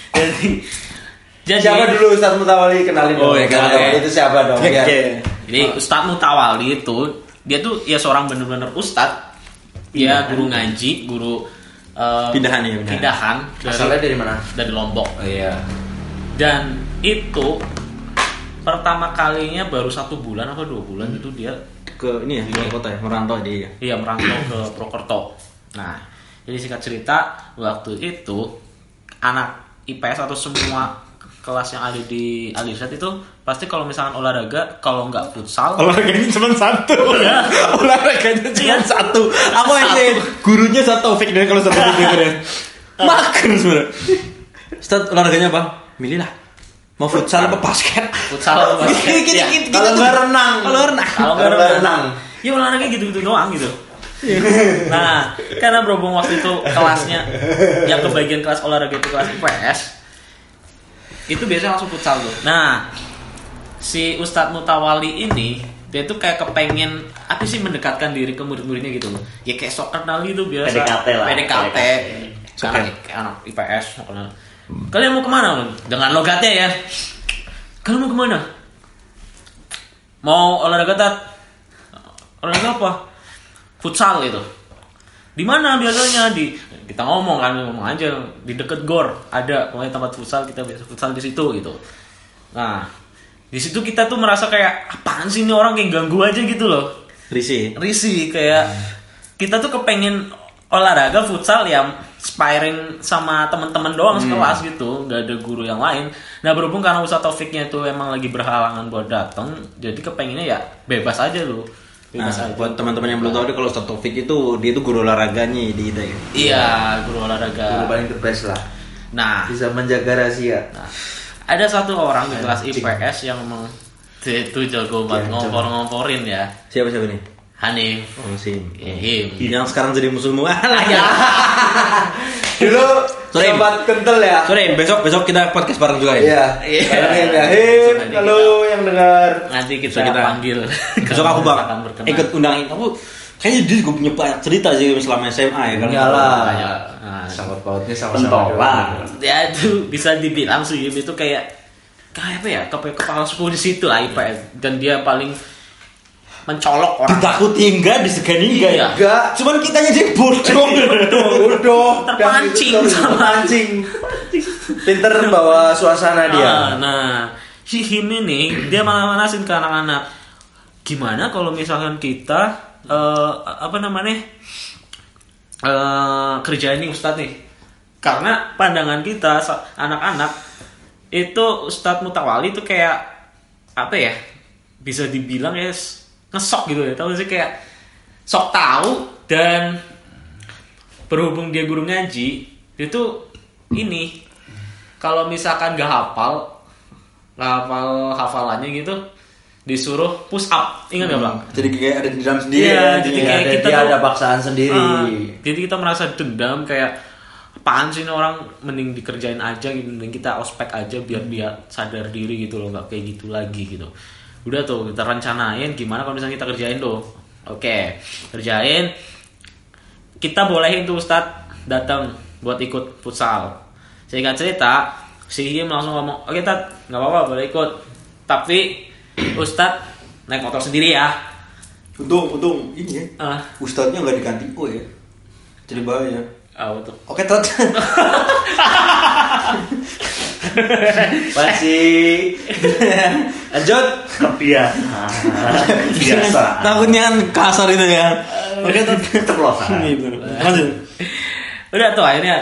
Jadi Siapa dulu Ustadz Mutawali, kenalin dong. ya kenalin. Itu siapa dong? Biar. Jadi Ustadz Mutawali itu dia tuh ya seorang bener-bener ustadz. Dia guru ngaji, guru Pindahan. Asalnya dari mana? Dari Lombok. Oh iya. Dan itu pertama kalinya baru 1 bulan apa 2 bulan itu dia Ke ini ya, luar kota ya, merantau dia. Iya, merantau ke Purwokerto. Nah, jadi singkat cerita, waktu itu anak IPS atau semua kelas yang ada di Al Irsyad itu pasti kalau misalkan olahraga, kalau nggak futsal, Olahraganya cuma satu. Olahraganya cuma Iya. satu. Aku yang gurunya satu Taufik deh kalau satu keren. Makan sebenarnya. Ustaz olahraganya apa? Milih lah. Mau futsal apa basket? futsal atau basket. Ya. Kalau nggak renang. Kalau nggak renang, ya olahraga gitu-gitu doang gitu. Nah, karena berhubung waktu itu kelasnya yang kebagian kelas olahraga itu kelas IPS, itu biasanya langsung futsal tuh. Nah, si Ustadz Mutawali ini dia tuh kayak kepengen mendekatkan diri ke murid-muridnya gitu loh. Ya kayak sok kenal gitu biasa. PDKT lah. PDKT. Sekarang kayak anak IPS sok kenal. Kalian mau kemana? Dengan logatnya ya. Kalian mau kemana? Mau olahraga tat? Olahraga apa? Futsal gitu. Di mana biasanya? Kita ngomong aja di deket gor ada pokoknya tempat futsal, kita biasa futsal di situ gitu. Nah, di situ kita tuh merasa kayak apaan sih ini orang kayak ganggu aja gitu loh. Risih kayak kita tuh kepengen olahraga futsal yang sparring sama teman-teman doang sekelas gitu, nggak ada guru yang lain. Nah berhubung karena Ustadz Taufiknya itu emang lagi berhalangan buat datang, jadi kepengennya ya bebas aja loh. Nah, buat teman-teman yang belum tahu kalau Ustadz Taufik itu dia tuh guru olahraganya di kita ya. Iya, guru olahraga. Guru paling the best lah. Nah, Bisa menjaga rahasia. nah, ada satu orang di kelas IPS yang memang itu jago banget ngompor-ngomporin ya. Siapa nih? Hanif. Oh, Sim. Him. Yang sekarang jadi musuhmu. Ya. Dulu Sorry. sobat kental ya. Sorry, besok kita podcast bareng juga ya. Iya. Iya. Ya. Halo yang dengar. Nanti kita panggil. Besok aku Akan bang berkenan. ikut undangin aku. Kayaknya dia juga punya banyak cerita sih selama SMA ya kan. Iyalah. Nah, Sangkut pautnya sama-sama. Pentolan. ya itu bisa dibilang sih itu kayak apa ya, kepala suku di situ lah IPS, dan dia paling mencolok orang. Ditakuti enggak, disegani enggak ya? Enggak. Cuman kitanya jadi bodoh. Terpancing sama. Terpancing. Pinter bawa suasana dia. Nah, si Him ini dia malah manasin ke anak-anak. Gimana kalau misalkan kita kerjain nih Ustadz nih. Karena pandangan kita anak-anak itu Ustadz Mutawali itu kayak apa ya? Bisa dibilang ya ngesok gitu ya. Tahu sih kayak sok tahu dan berhubung dia guru ngaji, itu ini kalau misalkan gak hafal hafalannya gitu disuruh push up, ingat gak Bang? Jadi kayak ada dendam sendiri. Iya, jadi kayak kita dia tuh, ada paksaan sendiri. Jadi kita merasa dendam kayak apaan sih ini orang, mending dikerjain aja gitu, mending kita ospek aja biar dia sadar diri gitu loh, nggak kayak gitu lagi gitu. Udah tuh kita rencanain gimana kalau misalnya kita kerjain tuh. Oke, kerjain. Kita bolehin tuh Ustadz datang buat ikut futsal. Singkat cerita, si Him langsung ngomong, oke Tat, nggak apa-apa boleh ikut. Tapi Ustadz naik motor sendiri ya. Untung ini ya. Ustadznya nggak diganti ya. Jadi bahaya. Betul. Oke Tat. Masih lanjut biasa. Takutnya kan kasar itu ya. Oke Tat. Keceplosan. Lanjut. Udah tuh akhirnya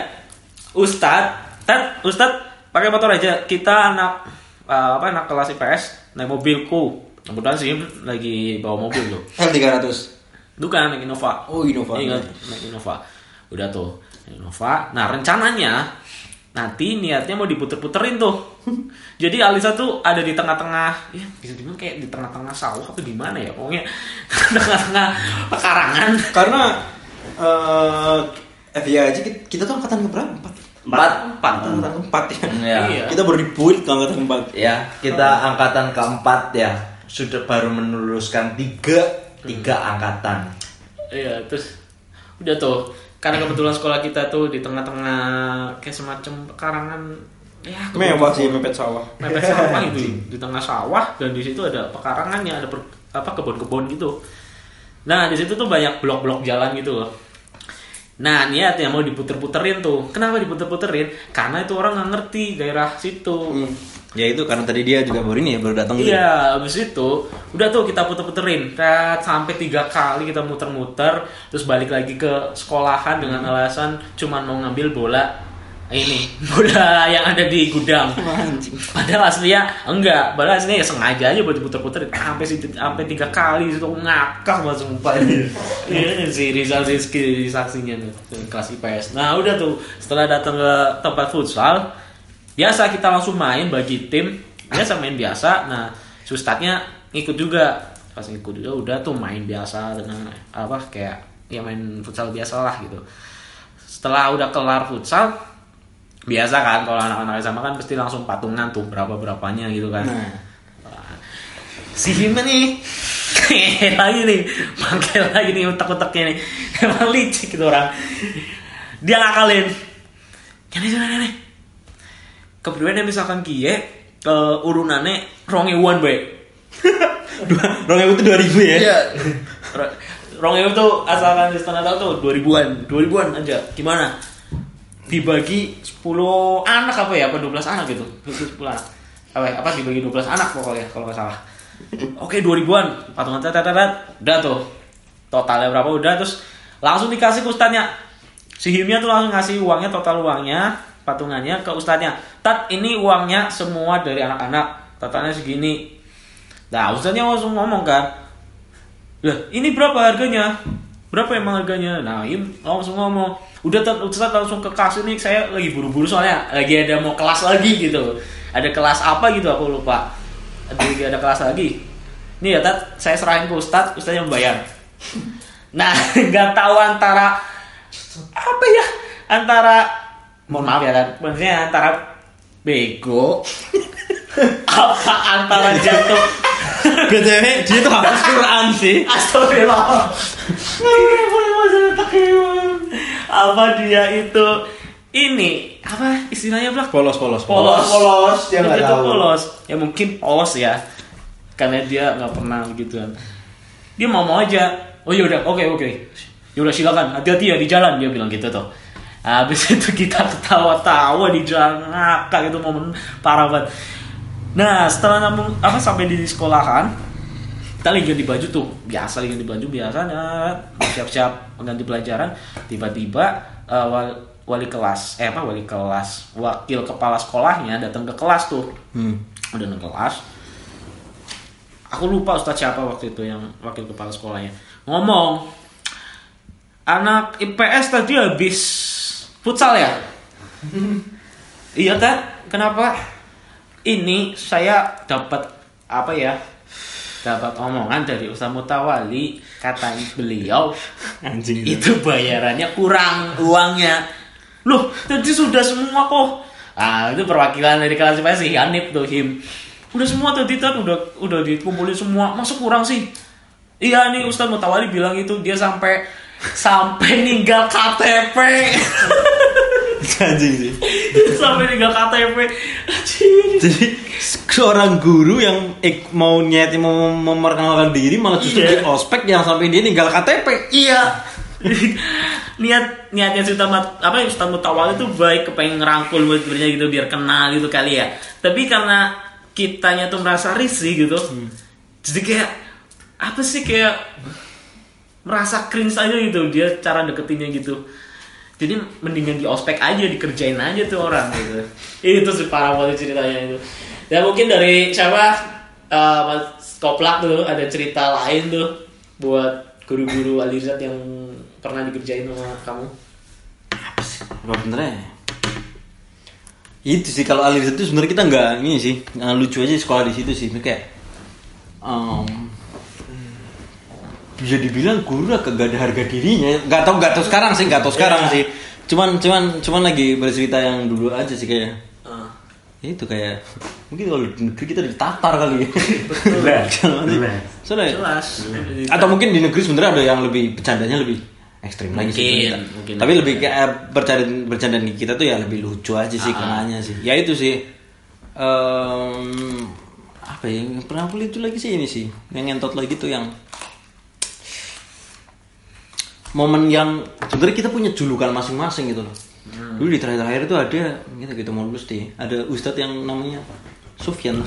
Ustadz pakai motor aja. Kita anak kelas IPS naik mobilku. Kebetulan sih lagi bawa mobil tuh. L300. Bukan, naik Innova. Oh, Innova. Ingat, naik Innova. Udah tuh, naik Innova. Nah, rencananya nanti niatnya mau diputer-puterin tuh. Jadi Alisa tuh ada di tengah-tengah, ya bisa dibilang kayak di tengah-tengah sawah atau gimana ya, pokoknya tengah-tengah pekarangan. Karena FYI aja kita tuh angkatan keberapa? Empat ya. Iya. Kita baru dibuat ke angkatan 4. Ya, kita angkatan keempat ya. Sudah baru meneruskan tiga angkatan. Iya, terus udah tuh. Karena kebetulan sekolah kita tuh di tengah-tengah kayak semacam pekarangan, ya Mewah sih, mepet sawah. Mepet sawah itu di tengah sawah, dan di situ ada pekarangannya, ada kebun-kebun gitu. Nah, di situ tuh banyak blok-blok jalan gitu loh. Nah, niatnya mau diputer-puterin tuh. Kenapa diputer-puterin? Karena itu orang nggak ngerti daerah situ. Ya itu karena tadi dia juga baru datang gitu. Iya, abis itu udah tuh kita puter-puterin sampai 3 kali kita muter-muter, terus balik lagi ke sekolahan dengan alasan cuman mau ngambil bola bola yang ada di gudang. Padahal aslinya enggak, padahal aslinya ya sengaja aja buat diputer-puterin sampai 3 kali itu ngakak banget sumpah. Ini si Rizal Rizky saksinya tuh kelas IPS. Nah, udah tuh setelah datang ke tempat futsal, biasa kita langsung main bagi tim, biasa main biasa. Nah, Ustadznya ikut juga. Pas ikut juga udah tuh main biasa dengan kayak ya main futsal biasa lah gitu. Setelah udah kelar futsal, biasa kan kalau anak-anak SMA kan pasti langsung patungan tuh berapa-berapanya gitu kan. Nah, si Hima nih manggil lagi nih utek-uteknya nih. Emang licik gitu orang. Dia ngakalin. Nih. Kebetulan misalkan kie urunannya 2000-an bae. 2000 itu 2000 ya? Iya. 2000 tuh asalkan di tanah tahu tuh 2000-an aja. Gimana? Dibagi 10 anak apa 12 anak gitu. 10 anak. Dibagi 12 anak pokoknya kalau enggak salah. Oke, 2000-an. Patungan udah tuh. Totalnya berapa udah, terus langsung dikasih ke ustadznya. Si Himnya tuh langsung ngasih uangnya, total uangnya, patungannya ke ustadznya. Tat, ini uangnya semua dari anak-anak. Totalnya segini. Nah, ustadznya langsung ngomong kan, lah ini berapa harganya? Berapa emang harganya? Nah, Him langsung ngomong, udah ustadz langsung ke kasir nih, saya lagi buru-buru soalnya lagi ada mau kelas lagi gitu. Ada kelas apa gitu aku lupa. Ada kelas lagi. Nih ya Tat, saya serahin ke ustadznya membayar. Nah, nggak tahu antara mohon maaf ya kan, maksudnya antara bego antara jatuh. BTW dia tuh hafal Quran sih. Astagfirullah. Apa dia itu ini istilahnya Blak? Polos. Dia nggak tahu. Polos. Ya mungkin polos ya. Karena dia nggak pernah gitu kan. Dia mau aja. Oh yaudah, oke. Yaudah silakan. Hati-hati ya di jalan, dia bilang gitu tuh. Habis itu kita ketawa-tawa di jalan, ngakak itu momen parah banget. Nah setelah sampai di sekolahan, kita lagi ganti baju tuh, biasa lagi ganti baju biasanya, siap-siap ganti pelajaran. Tiba-tiba wakil kepala sekolahnya datang ke kelas tuh. Udah datang ke kelas. Aku lupa ustadz siapa waktu itu yang wakil kepala sekolahnya ngomong, anak IPS tadi habis futsal ya. Iya kan? Kenapa? Ini saya dapat dapat omongan dari Ustaz Mutawali, kata beliau Anjing itu bayarannya kurang uangnya. Loh, tadi sudah semua kok. Itu perwakilan dari kelas IPS sih, Hanif tuh Him. Udah semua tadi udah dikumpulin semua, masuk kurang sih. Iya nih Ustaz Mutawali bilang itu, dia sampai ninggal KTP. Anjing sih. Sampai ninggal KTP. Jadi seorang guru yang mau memperkenalkan diri malah justru di ospek yang sampai dia ninggal KTP. Iya. Niatnya Ustaz Mutawali itu baik, kepengen ngerangkul murid-muridnya gitu biar kenal gitu kali ya. Tapi karena kitanya tuh merasa risih gitu. Jadi kayak merasa cringe aja gitu dia cara deketinnya gitu. Jadi mendingan di ospek aja, dikerjain aja tuh orang gitu. Itu sih parah banget ceritanya itu. Ya mungkin dari siapa Mas Koplak tuh ada cerita lain tuh buat guru-guru Alirzat yang pernah dikerjain sama kamu. Apa sih? Sebenarnya itu sih, kalau Alirzat itu sebenarnya kita nggak ini sih, lucu aja sekolah di situ sih. Kayak bisa dibilang guru gak ada harga dirinya. Nggak tahu sekarang sih, sih. Cuman lagi bercerita yang dulu aja sih kayak. Itu kayak mungkin kalau di negeri kita ditatar kali ya. Soalnya atau mungkin di negeri sebenarnya ada yang lebih bercandanya lebih ekstrim lagi sih. Mungkin. Tapi lebih kayak bercandaan kita tuh ya lebih lucu aja sih kenanya sih. Ya itu sih. Apa ya? Yang pernah aku itu lagi sih ini sih. Yang ngentot lagi tuh yang momen yang sebenarnya kita punya julukan masing-masing gitu loh. Dulu di terakhir-terakhir itu ada gitu mau lulus deh. Ada ustadz yang namanya Sufyan.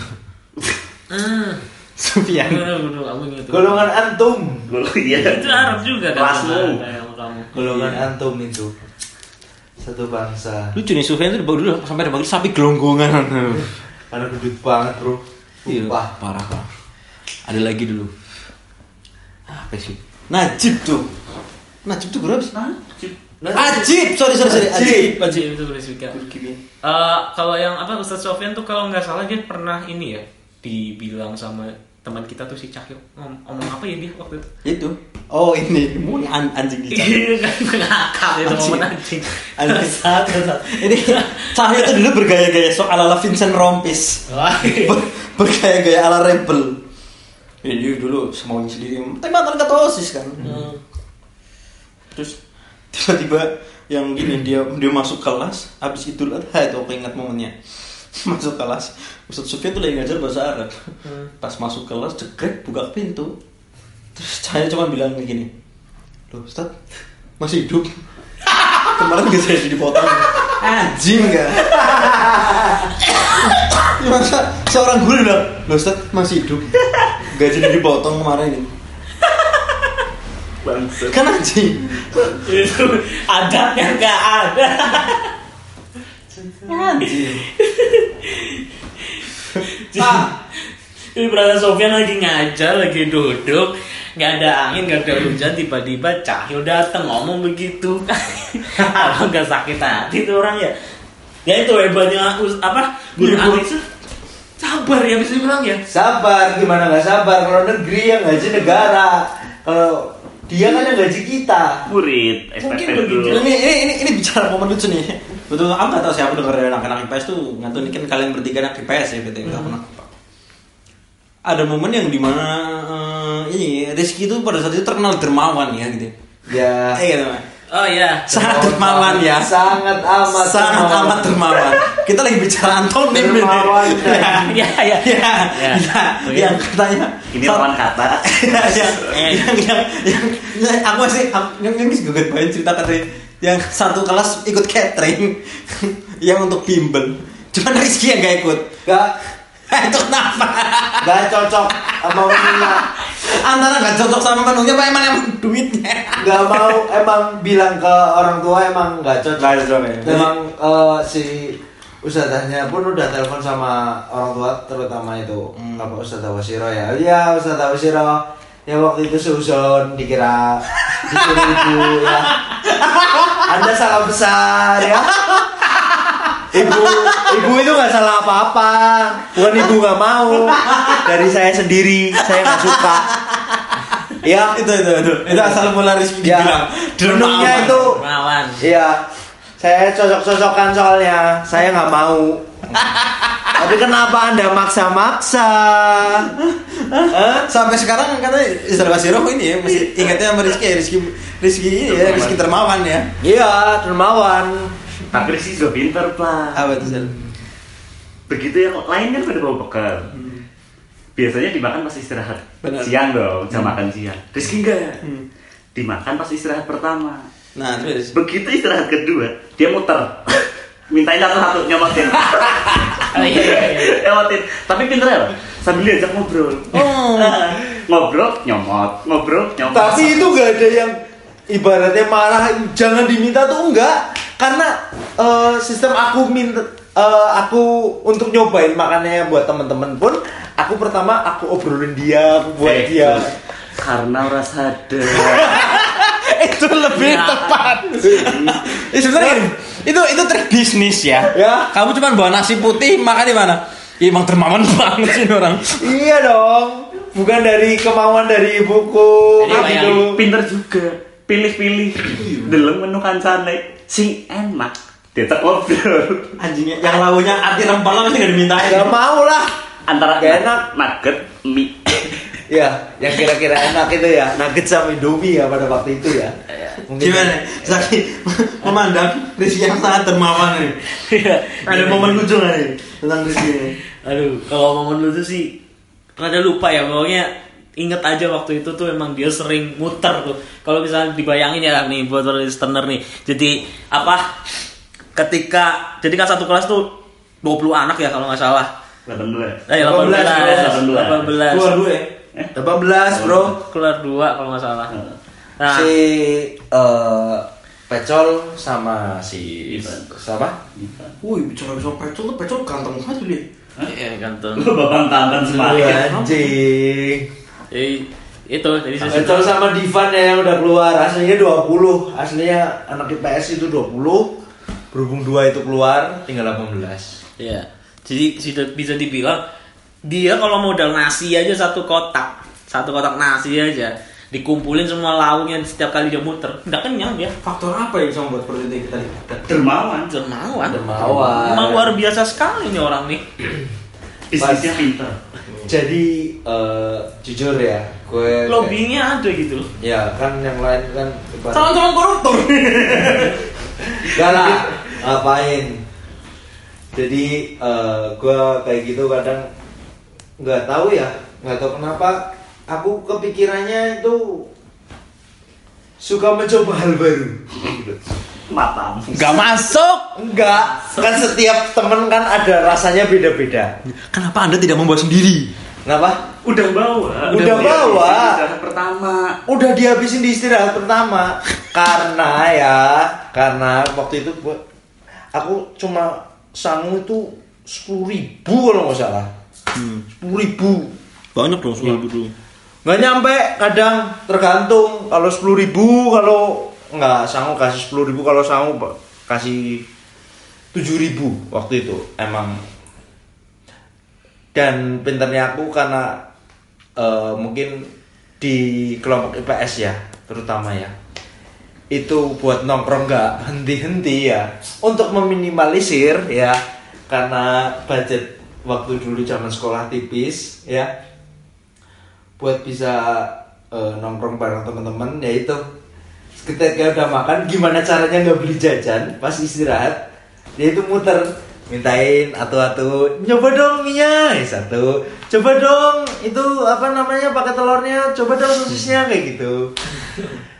Sufyan. Golongan antum. Itu Arab juga kan. Kelasmu. Golongan antum itu. Satu bangsa. Lucu nih Sufyan itu dulu sampai ada bagus sapi gelonggongan. Karena gendut banget, Bro. Iya, parah. Ada lagi dulu. Apa sih? Najib tuh berapa sih? Ajib, sorry. Ajib itu berisika. Kalau yang Ustadz Sofyan tuh kalau nggak salah dia pernah ini ya dibilang sama teman kita tuh si Cahyo ngomong apa ya dia waktu itu? Itu. Oh ini anjing di Cahyo. Ngakak itu momen anjing. Ini Cahyo tuh dulu bergaya-gaya ala Vincent Rompis. Bergaya-gaya ala rebel. Dia dulu semaunya sendiri. Tembakan kata OSIS kan. Terus tiba-tiba yang gini dia masuk kelas habis Idul Adha itu aku ingat momennya. Masuk kelas Ustadz Sufyan tuh lagi ngajar bahasa Arab. Pas masuk kelas cekrek buka pintu. Terus saya cuma bilang gini, loh Ustadz masih hidup? Kemarin gak saya dipotong. Anjing gak? Masa seorang guru bilang, loh Ustadz masih hidup? Gak jadi dipotong kemarin ini. Bangsa. Kan anjing. Itu adatnya nggak ada. Anjing. Ini berada Sofyan lagi ngajar, lagi duduk, nggak ada angin, nggak ada hujan, tiba-tiba Cahyo datang ngomong begitu. Apa nggak sakit hati tuh orang ya? Ya itu hebatnya guru Alex sabar ya bisa dibilang ya. Sabar, gimana nggak sabar? Kalau negeri yang gaji negara, kalau dia kan yang gaji kita. Murid, Mungkin SPP dulu. Ini bicara momen lucu nih. Betul, aku nggak tahu siapa dengar dari anak-anak IPS tuh. Nggak tahu, ini kan kalian bertiga anak IPS ya, betul nggak pernah. Ada momen yang dimana ini Rizky itu pada saat itu terkenal dermawan ya gitu. Ya. Gitu. Oh iya. Sangat dermawan ya. Sangat amat dermawan. Kita lagi bicara antonim ini. Ya. Yang katanya Ini lawan kata. yang aku masih yang juga banget cerita katanya yang satu kelas ikut catering yang untuk bimbel. Cuman Rizky yang gak ikut. Itu kenapa? Gak cocok sama menunya. Antara nggak cocok sama menunya apa emang duitnya? Gak mau emang bilang ke orang tua emang gak cocok. Nggak cocok ya. Emang si ustadzahnya pun udah telepon sama orang tua, terutama itu apa Ustadzah Wasiro ya. Iya Ustadzah Wasiro. Ya waktu itu seuzon dikira disuruh ibu ya. Anda salah besar ya. Ibu itu nggak salah apa-apa. Bukan ibu nggak mau. Dari saya sendiri, saya nggak suka. Ya Itu asal mula Rizky dibilang. menunya itu. Dermawan. Iya, saya cocok-cocokan soalnya. Saya nggak mau. Tapi kenapa Anda maksa-maksa? Sampai sekarang katanya Ustadz Basiro ini ya masih ingatnya sama Rizky ini ya, Rizky Dermawan ya. Iya, dermawan. Tapi Rizky juga pinter, Pla. Apa itu Sel? Begitu yang lain kan pada bawa bekal. Biasanya dimakan pas istirahat. Benar. Siang dong, jam makan siang. Rizky enggak. Dimakan pas istirahat pertama. Nah terus. Begitu istirahat kedua, dia muter. Mintain satu-satu, nyomotin. Oh, iya. Nyomotin. Tapi pinter ya, sambil diajak ngobrol. Ngobrol, ngobrol, nyomot. Tapi itu gak ada yang ibaratnya marah, jangan diminta tuh enggak. Karena sistem aku minta aku untuk nyobain makanannya buat temen-temen pun, aku pertama aku obrolin dia, aku buat dia. Karena orang sadar. Itu lebih tepat. Sebenarnya itu trik bisnis ya. Ya. Kamu cuma bawa nasi putih makan di mana? Ya, emang dermawan banget sih ini orang. Iya dong. Bukan dari kemauan dari ibuku. Jadi Gitu. bayangin, Pinter juga. Pilih-pilih. Deleng menu kancane sing enak. Diajak ngobrol. Anjingnya yang launya arti rempah masih gak dimintain. Gak mau lah. Antara Gak enak. nugget, mie. Ya, yang kira-kira enak itu ya, nugget sama Indomie ya pada waktu itu ya. Mungkin Gimana? Zaki memandang Rizky yang sangat dermawan nih. Iya. Ada momen lucu nggak nih tentang Rizky ini? Aduh, kalau momen lucu sih rada lupa ya, pokoknya inget aja waktu itu tuh emang dia sering muter tuh. Kalau misalnya dibayangin ya nih buat listener nih. Jadi apa? Ketika jadi kan satu kelas tuh 20 anak ya kalau nggak salah. 18. 18. Keluar dulu ya. 18 bro. Keluar 2 kalau nggak salah. Nah, Si Pecol sama si siapa? Wih, bicara pecol ganteng banget dia. iya ganteng. Babang tangan semakin. Anjing. Itu jadi Pecol sama Divan ya yang udah keluar. Aslinya 20. Aslinya anak IPS itu 20. Berhubung 2 itu keluar, tinggal 18. Iya. Jadi bisa dibilang dia kalau modal nasi aja satu kotak nasi aja dikumpulin semua lauknya setiap kali dia muter nggak kenyang dia. Faktor apa yang bisa membuat seperti itu kita? Dermawan. Dermawan. Dermawan. Luar biasa sekali nih orang nih. Bisnisnya pintar. Jadi jujur ya, gue Lobbyingnya ada gitu loh. ya kan yang lain kan Calon-calon koruptor. Gak lah, ngapain? Jadi gue kayak gitu kadang nggak tahu kenapa aku kepikirannya itu suka mencoba hal baru. Matam. Gak masuk. Enggak, kan setiap temen kan ada rasanya beda-beda. Kenapa Anda tidak membawa sendiri? Kenapa? Udah bawa. Udah bawa. Istirahat pertama. Udah dihabisin di istirahat pertama. Karena waktu itu aku cuma sangu itu 10.000 kalau nggak salah. 10.000. Banyak dong 10.000 dulu. Nggak nyampe, kadang tergantung. Kalau 10.000, kalau nggak sangu kasih 10.000, kalau sangu kasih 7.000 waktu itu emang. Dan pinternya aku karena mungkin di kelompok IPS ya terutama ya, itu buat nongkrong nggak henti-henti ya, untuk meminimalisir ya, karena budget waktu dulu zaman sekolah tipis ya, buat bisa nongkrong bareng teman-teman, yaitu ketika udah makan gimana caranya nggak beli jajan pas istirahat, dia itu muter mintain atu-atu, coba dong minyak satu, coba dong itu apa namanya pakai telurnya, coba dong sosisnya, kayak gitu.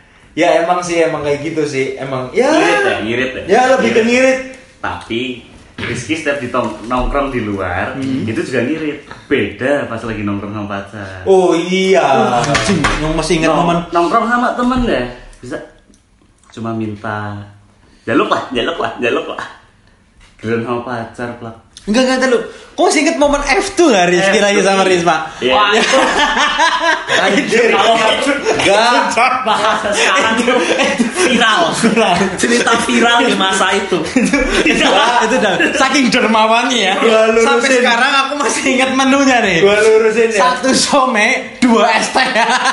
Ya emang kayak gitu sih, emang ya Ngirit ya. ya lebih ke ngirit. Tapi Rizky setiap nongkrong di luar itu juga ngirit. Beda pas lagi nongkrong sama pacar. Oh iya. Anjing, masih ingat momen Nongkrong sama temen deh bisa cuma minta jaluk lah. Giliran sama pacar plak. Enggak lu. Kok masih inget momen F2 gak Rizky lagi sama Risma? Iya. Wah itu Anjir. kalau Enggak. bahasa sekarang itu viral. Cerita viral di masa itu. Itu udah saking dermawannya ya. Gua lurusin. Sampai sekarang aku masih ingat menunya nih. Gua lurusin ya. 1 some, 2 es teh.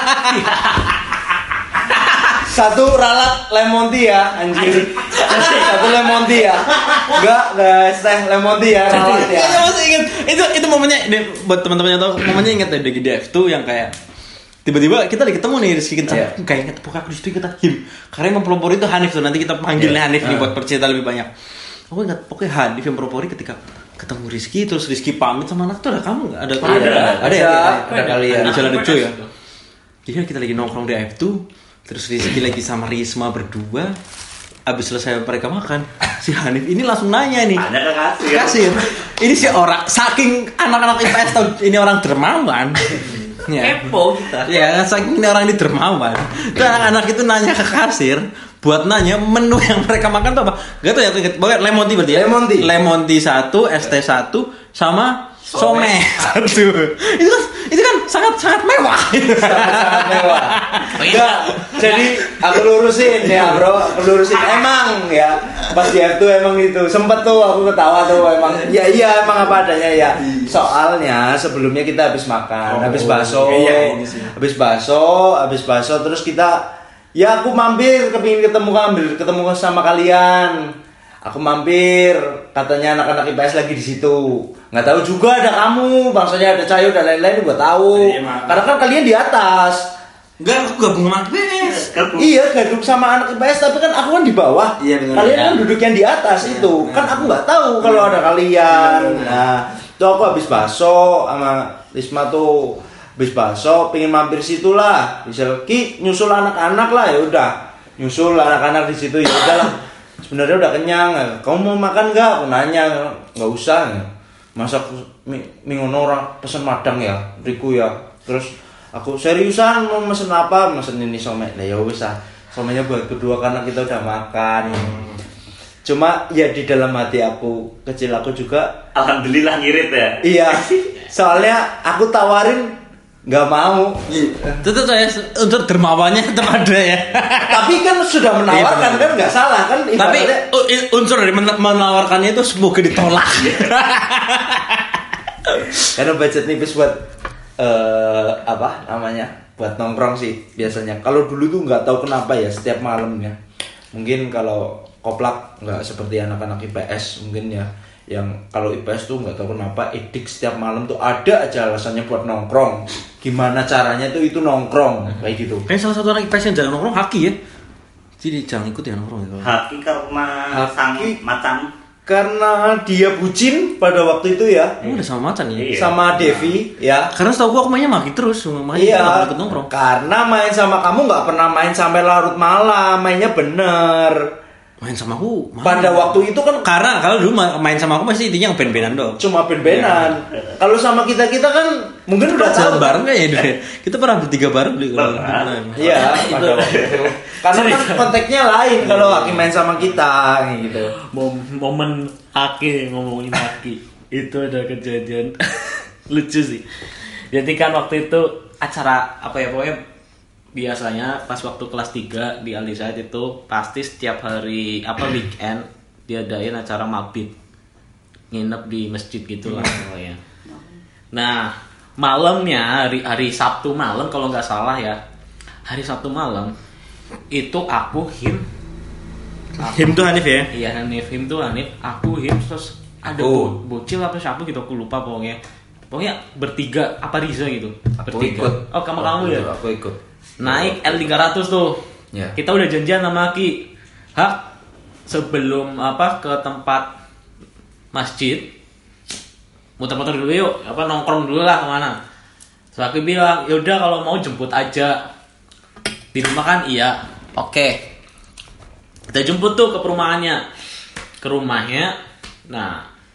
Satu ralat lemon tea ya, anjir. Satu lemon tea ya. Enggak teh lemon tea ya, ralat ya. Iya masih ingat. Itu momennya buat teman-teman yang tahu momennya ingat ya di DF tuh yang kayak tiba-tiba kita lagi ketemu nih Rizky kita kayak ingat pokoknya aku disitu kita him karena yang mempelopori itu Hanif tuh nanti kita panggilnya Hanif nih buat bercerita lebih banyak. Aku ingat pokoknya Hanif yang pelopori ketika ketemu Rizky terus Rizky pamit sama anak tuh ada kamu nggak ada kalian di Jalan Dejo ya. Jadi kita lagi nongkrong di AF2 terus Rizky lagi sama Risma berdua. Abis selesai mereka makan, si Hanif ini langsung nanya nih. Tanya ke Kasir. Ini si orang saking anak-anak IPS tahu ini orang dermawan. Ya. Kepo kita. Ya, saking ini orang ini dermawan. Terus anak-anak itu nanya ke kasir buat nanya menu yang mereka makan tuh apa. Gak tau ya, pokoknya lemon tea berarti ya. Lemon tea 1, ST 1 sama some 1. Itu kan sangat mewah. sangat mewah. Enggak, jadi aku lurusin ya bro, emang ya pas di F tuh emang itu sempet tuh aku ketawa tuh emang ya iya emang apa adanya ya. Soalnya sebelumnya kita habis makan, habis bakso terus kita ya aku mampir kepingin ketemu sama kalian. Aku mampir, katanya anak-anak IPS lagi di situ. Nggak tahu juga ada kamu, bangsanya ada Cayo dan lain-lain gua tahu. Karena kan kalian di atas. Enggak, aku gabung sama IPS. Iya, gabung sama anak IPS, tapi kan aku kan di bawah. Iya, benar. Kalian kan duduk yang di atas itu. Kan aku nggak tahu kalau ada kalian. Nah, tuh aku habis bakso sama Risma tuh. Habis bakso, pengen mampir situ lah. Bisa nyusul anak-anak lah ya udah. Nyusul anak-anak di situ ya udahlah. Sebenarnya udah kenyang. Kamu mau makan nggak? Aku nanya. Nggak usah. Masak mie ngono orang pesen madang ya, Riku ya. Terus aku seriusan mau mesen apa? Mesen ini some. Nah ya wis ah. Somenya buat berdua karena kita udah makan. Cuma ya di dalam hati aku kecil aku juga alhamdulillah ngirit ya. Iya. Soalnya aku tawarin nggak mau. Tetap saya unsur dermawannya tetap ada ya. Tapi kan sudah menawarkan kan nggak salah kan. Tapi unsur dari menawarkannya itu semoga ditolak. Karena budget nipis buat apa namanya buat nongkrong sih biasanya. Kalau dulu tuh nggak tahu kenapa ya setiap malamnya. Mungkin kalau koplak nggak seperti anak-anak IPS mungkin ya. Yang kalau IPS tuh nggak tahu kenapa edik setiap malam tuh ada aja alasannya buat nongkrong. Gimana caranya tuh itu nongkrong kayak gitu. Kayak salah satu anak IPS yang jarang nongkrong Haki ya. Jadi jangan ikut ya nongkrong ya. Haki karena sang macan. Karena dia bucin pada waktu itu ya. Udah sama macan ya. Iya. Sama Devi ya. Karena setahu gua aku mainnya Maki terus, Iya, ikut nongkrong. karena main sama kamu nggak pernah main sampai larut malam, mainnya bener. Main sama aku. Pada waktu itu kan karena kalau dulu main sama aku pasti intinya ben-benan dong. cuma ben-benan. Kalau sama kita kan mungkin udah Jalan tahu. bareng kan ya dulu. Kita pernah bertiga bareng dulu. Iya, pada waktu itu. Karena kan konteksnya lain kalau Aki main sama kita gitu. Momen Aki ngomongin Aki itu ada kejadian lucu sih. Jadi kan waktu itu acara apa ya pokoknya biasanya pas waktu kelas 3 di Alisad itu pasti setiap hari weekend diadain acara mabit nginep di masjid gitulah pokoknya. Nah malamnya hari Sabtu malam kalau nggak salah ya, hari Sabtu malam itu aku Him tuh Hanif ya? Iya Hanif, aku Him terus ada bocil apa siapa gitu aku lupa pokoknya bertiga apa Riza gitu bertiga. Ikut. Oh kamu ya? Aku ikut. Naik L300 tuh. Ya. Kita udah janjian sama Aki. Sebelum ke tempat masjid muter-muter dulu yuk, nongkrong dulu lah kemana. Terus Aki bilang, yaudah kalau mau jemput aja. Di rumah kan iya. Oke. Kita jemput tuh ke perumahannya. Ke rumahnya. Nah,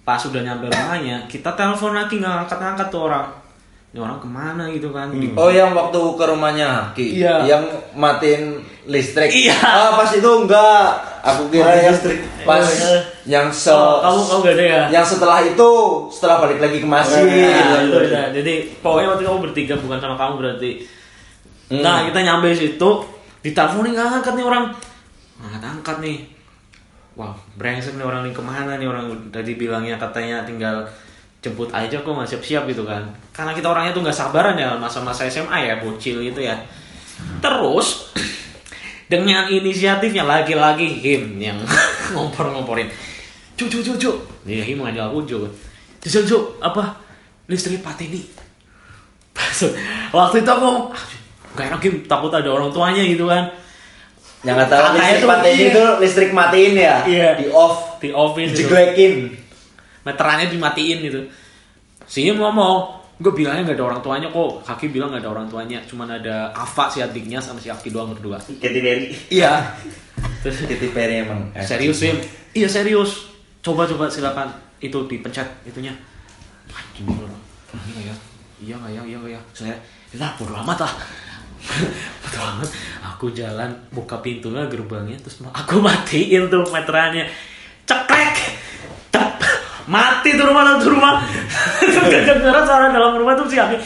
Pas udah nyampe rumahnya, kita telepon lagi nggak angkat-angkat tuh orang. Ini orang kemana gitu kan? Oh, yang waktu ke rumahnya Ki. Iya. Yang matiin listrik. Iya. Pas itu enggak. Aku kira yang listrik. Pas yang kamu gak ada ya? Yang setelah itu, setelah balik lagi ke masjid. Itu udah. Jadi pokoknya waktu kamu bertiga bukan sama kamu berarti. Nah, kita nyampe situ, diteleponin nggak angkat nih orang. Angkat nih. Wow, brengsek nih orang ini kemana nih orang tadi bilangnya katanya tinggal jemput aja kok nggak siap-siap gitu kan. Karena kita orangnya tuh nggak sabaran ya masa-masa SMA ya, bocil gitu ya. Terus dengan inisiatifnya lagi-lagi Him yang ngompor-ngomporin. Cuk. Dia Him ngajak aku Cuk. Cuk, apa? Listrik mati nih. Waktu itu aku gak enak Him, takut ada orang tuanya gitu kan. Yang kata listrik matiin itu listrik matiin ya? Iya. Di off dijeglekin. Meterannya dimatiin gitu. Si Him ngomong, gue bilangnya gak ada orang tuanya kok. Kaki bilang gak ada orang tuanya, cuman ada Ava si adiknya sama si Aki doang berdua. Katy Perry. Iya. Terus Katy Perry emang. Serius Him? Iya serius. Coba silakan itu dipencet itunya. Gimana? Iya nggak ya. Saya, bodo amat lah. Bodo amat. Aku jalan buka pintunya gerbangnya terus aku matiin tuh meterannya. Ceklek. Mati tuh rumah. Kedengeran suara dalam rumah tuh si Abi.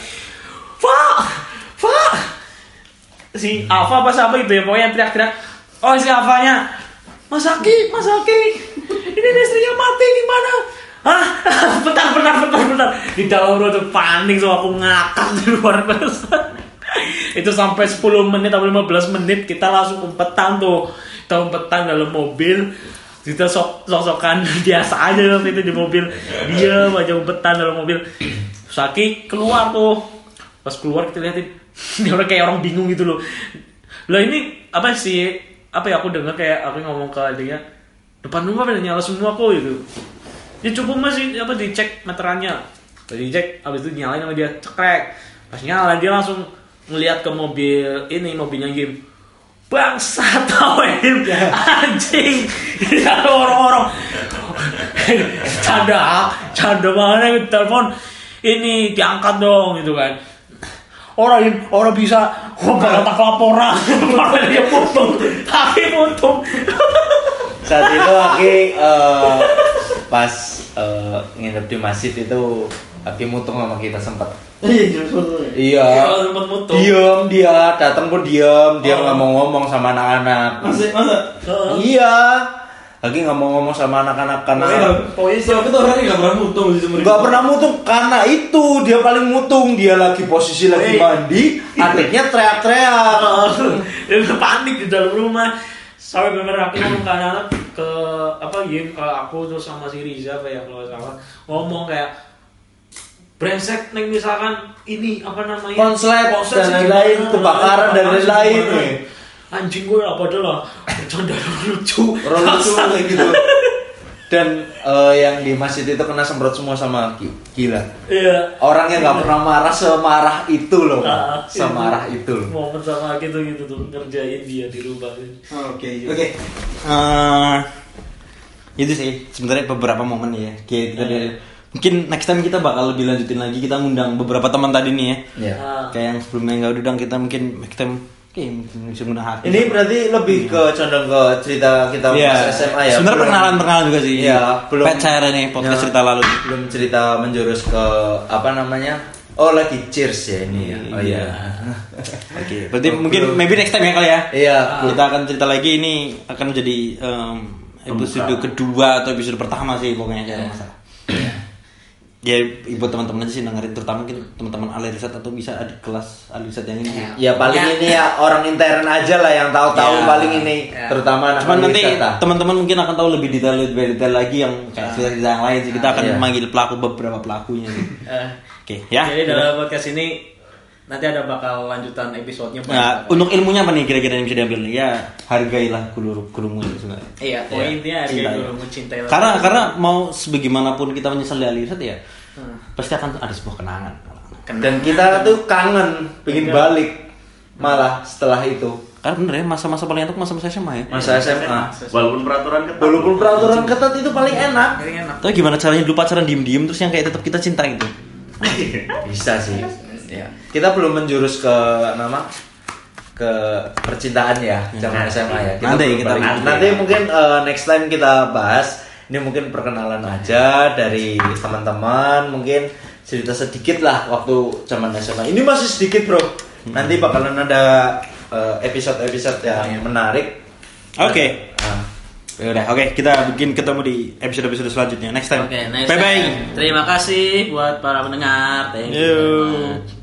Pak. Si Ava apa siapa itu ya pokoknya teriak-teriak. Oh si Avanya. Mas Aki. Ini listriknya mati gimana? Hah? Bentar. Di dalam rumah tuh panik so aku ngakak di luar kosan. Itu sampai 10 menit atau 15 menit kita langsung umpetan tuh. Kita umpetan dalam mobil. Kita sok-sokan biasa aja waktu itu di mobil. Diam aja umpetan dalam mobil. Saki keluar tuh. Pas keluar kita liatin. Dia orang kayak orang bingung gitu loh. Lah ini apa sih? Apa ya aku dengar kayak aku ngomong ke adiknya. Depan rumah pada nyala semua kok gitu. Ya cukup masih apa dicek meterannya. Dicek habis itu nyalain sama dia cekrek. Pas nyala dia langsung ngelihat ke mobil ini mobilnya Gim. Bangsat tau anjing. Ada orang-orang. Canda mana telepon ini diangkat dong gitu kan. Orang bisa tak laporan. Malah dia potong. Tapi potong. Saat itu Aki pas nginep di masjid itu Aki mutung sama kita sempat. Iya. Sempat mutung. Diam dia, datang pun diam, dia nggak mau ngomong sama anak-anak. Masa? Iya. Lagi nggak mau ngomong sama anak-anak karena Pokoknya siapa tuh orangnya nggak pernah mutung sih sebenarnya. nggak pernah mutung karena itu dia paling mutung, dia lagi posisi lagi mandi, adiknya teriak-teriak. Dia udah panik di dalam rumah. Sampai bener aku ngomong ke anak ke Yim ke aku terus sama si Riza kayak kalau salah ngomong kayak brengsek neng misalkan ini apa namanya konslet dan lain-lain, kebakaran dan lain-lain. Anjing gue apa adalah bercanda lucu kayak gitu. Dan yang di masjid itu kena semprot semua sama gila. Iya. Orangnya nggak pernah marah semarah itu loh. Semarah itu. Momen sama gitu tuh ngerjain dia di rumah. Oke. Itu sih sebenarnya beberapa momen ya. Kita mungkin next time kita bakal lebih lanjutin lagi, kita ngundang beberapa teman tadi nih ya. Iya. Kayak yang sebelumnya nggak udang kita mungkin next time bisa ngundang Haki. Ini berarti lebih ke condong ke cerita kita pas SMA ya. Sebenarnya perkenalan juga sih. Iya, belum pacar nih podcast cerita lalu. Belum cerita menjurus ke apa namanya? Oh lagi cheers ya ini ya. Oh iya. Oke, berarti mungkin maybe next time ya kali ya. Iya. Kita akan cerita lagi, ini akan menjadi episode kedua atau episode pertama sih pokoknya jangan masalah. Ya buat teman-teman aja sih dengerin, terutama mungkin teman-teman Alirisat atau bisa adik kelas Alirisat yang ini. Ya paling ini ya orang intern aja lah yang tahu-tahu paling ini, terutama anak. Cuman nanti teman-teman mungkin akan tahu lebih detail lagi yang kayak cerita yang lain sih. Kita akan memanggil beberapa pelakunya. Oke, ya. Jadi dalam podcast ini nanti ada bakal lanjutan episodenya. Nah, untuk ilmunya apa nih kira-kira yang bisa diambil? Ya hargailah gurumu itu sebenarnya. Iya, poinnya hargai gurumu, cintailah. Karena mau sebagaimanapun kita menyesal di Alirisat ya, pasti akan ada sebuah kenangan. Dan kita tuh kangen, pengen balik malah setelah itu. Karena bener ya, masa-masa paling enak masa-masa SMA ya. Masa SMA. Walaupun peraturan ketat. Walaupun peraturan ketat itu paling enak. Tapi gimana caranya dulu pacaran diem-diem terus yang kayak tetap kita cinta gitu? Bisa sih. Ya. Kita belum menjurus ke percintaan ya, zaman SMA ya. Nanti mungkin next time kita bahas. Ini mungkin perkenalan aja dari teman-teman, mungkin cerita sedikit lah waktu zaman SMA. Ini masih sedikit, Bro. Nanti bakalan ada episode-episode yang menarik. Oke. Oke, kita bikin ketemu di episode selanjutnya. Next time. Oke, next bye bye. time. Terima kasih buat para pendengar. Thank you very much.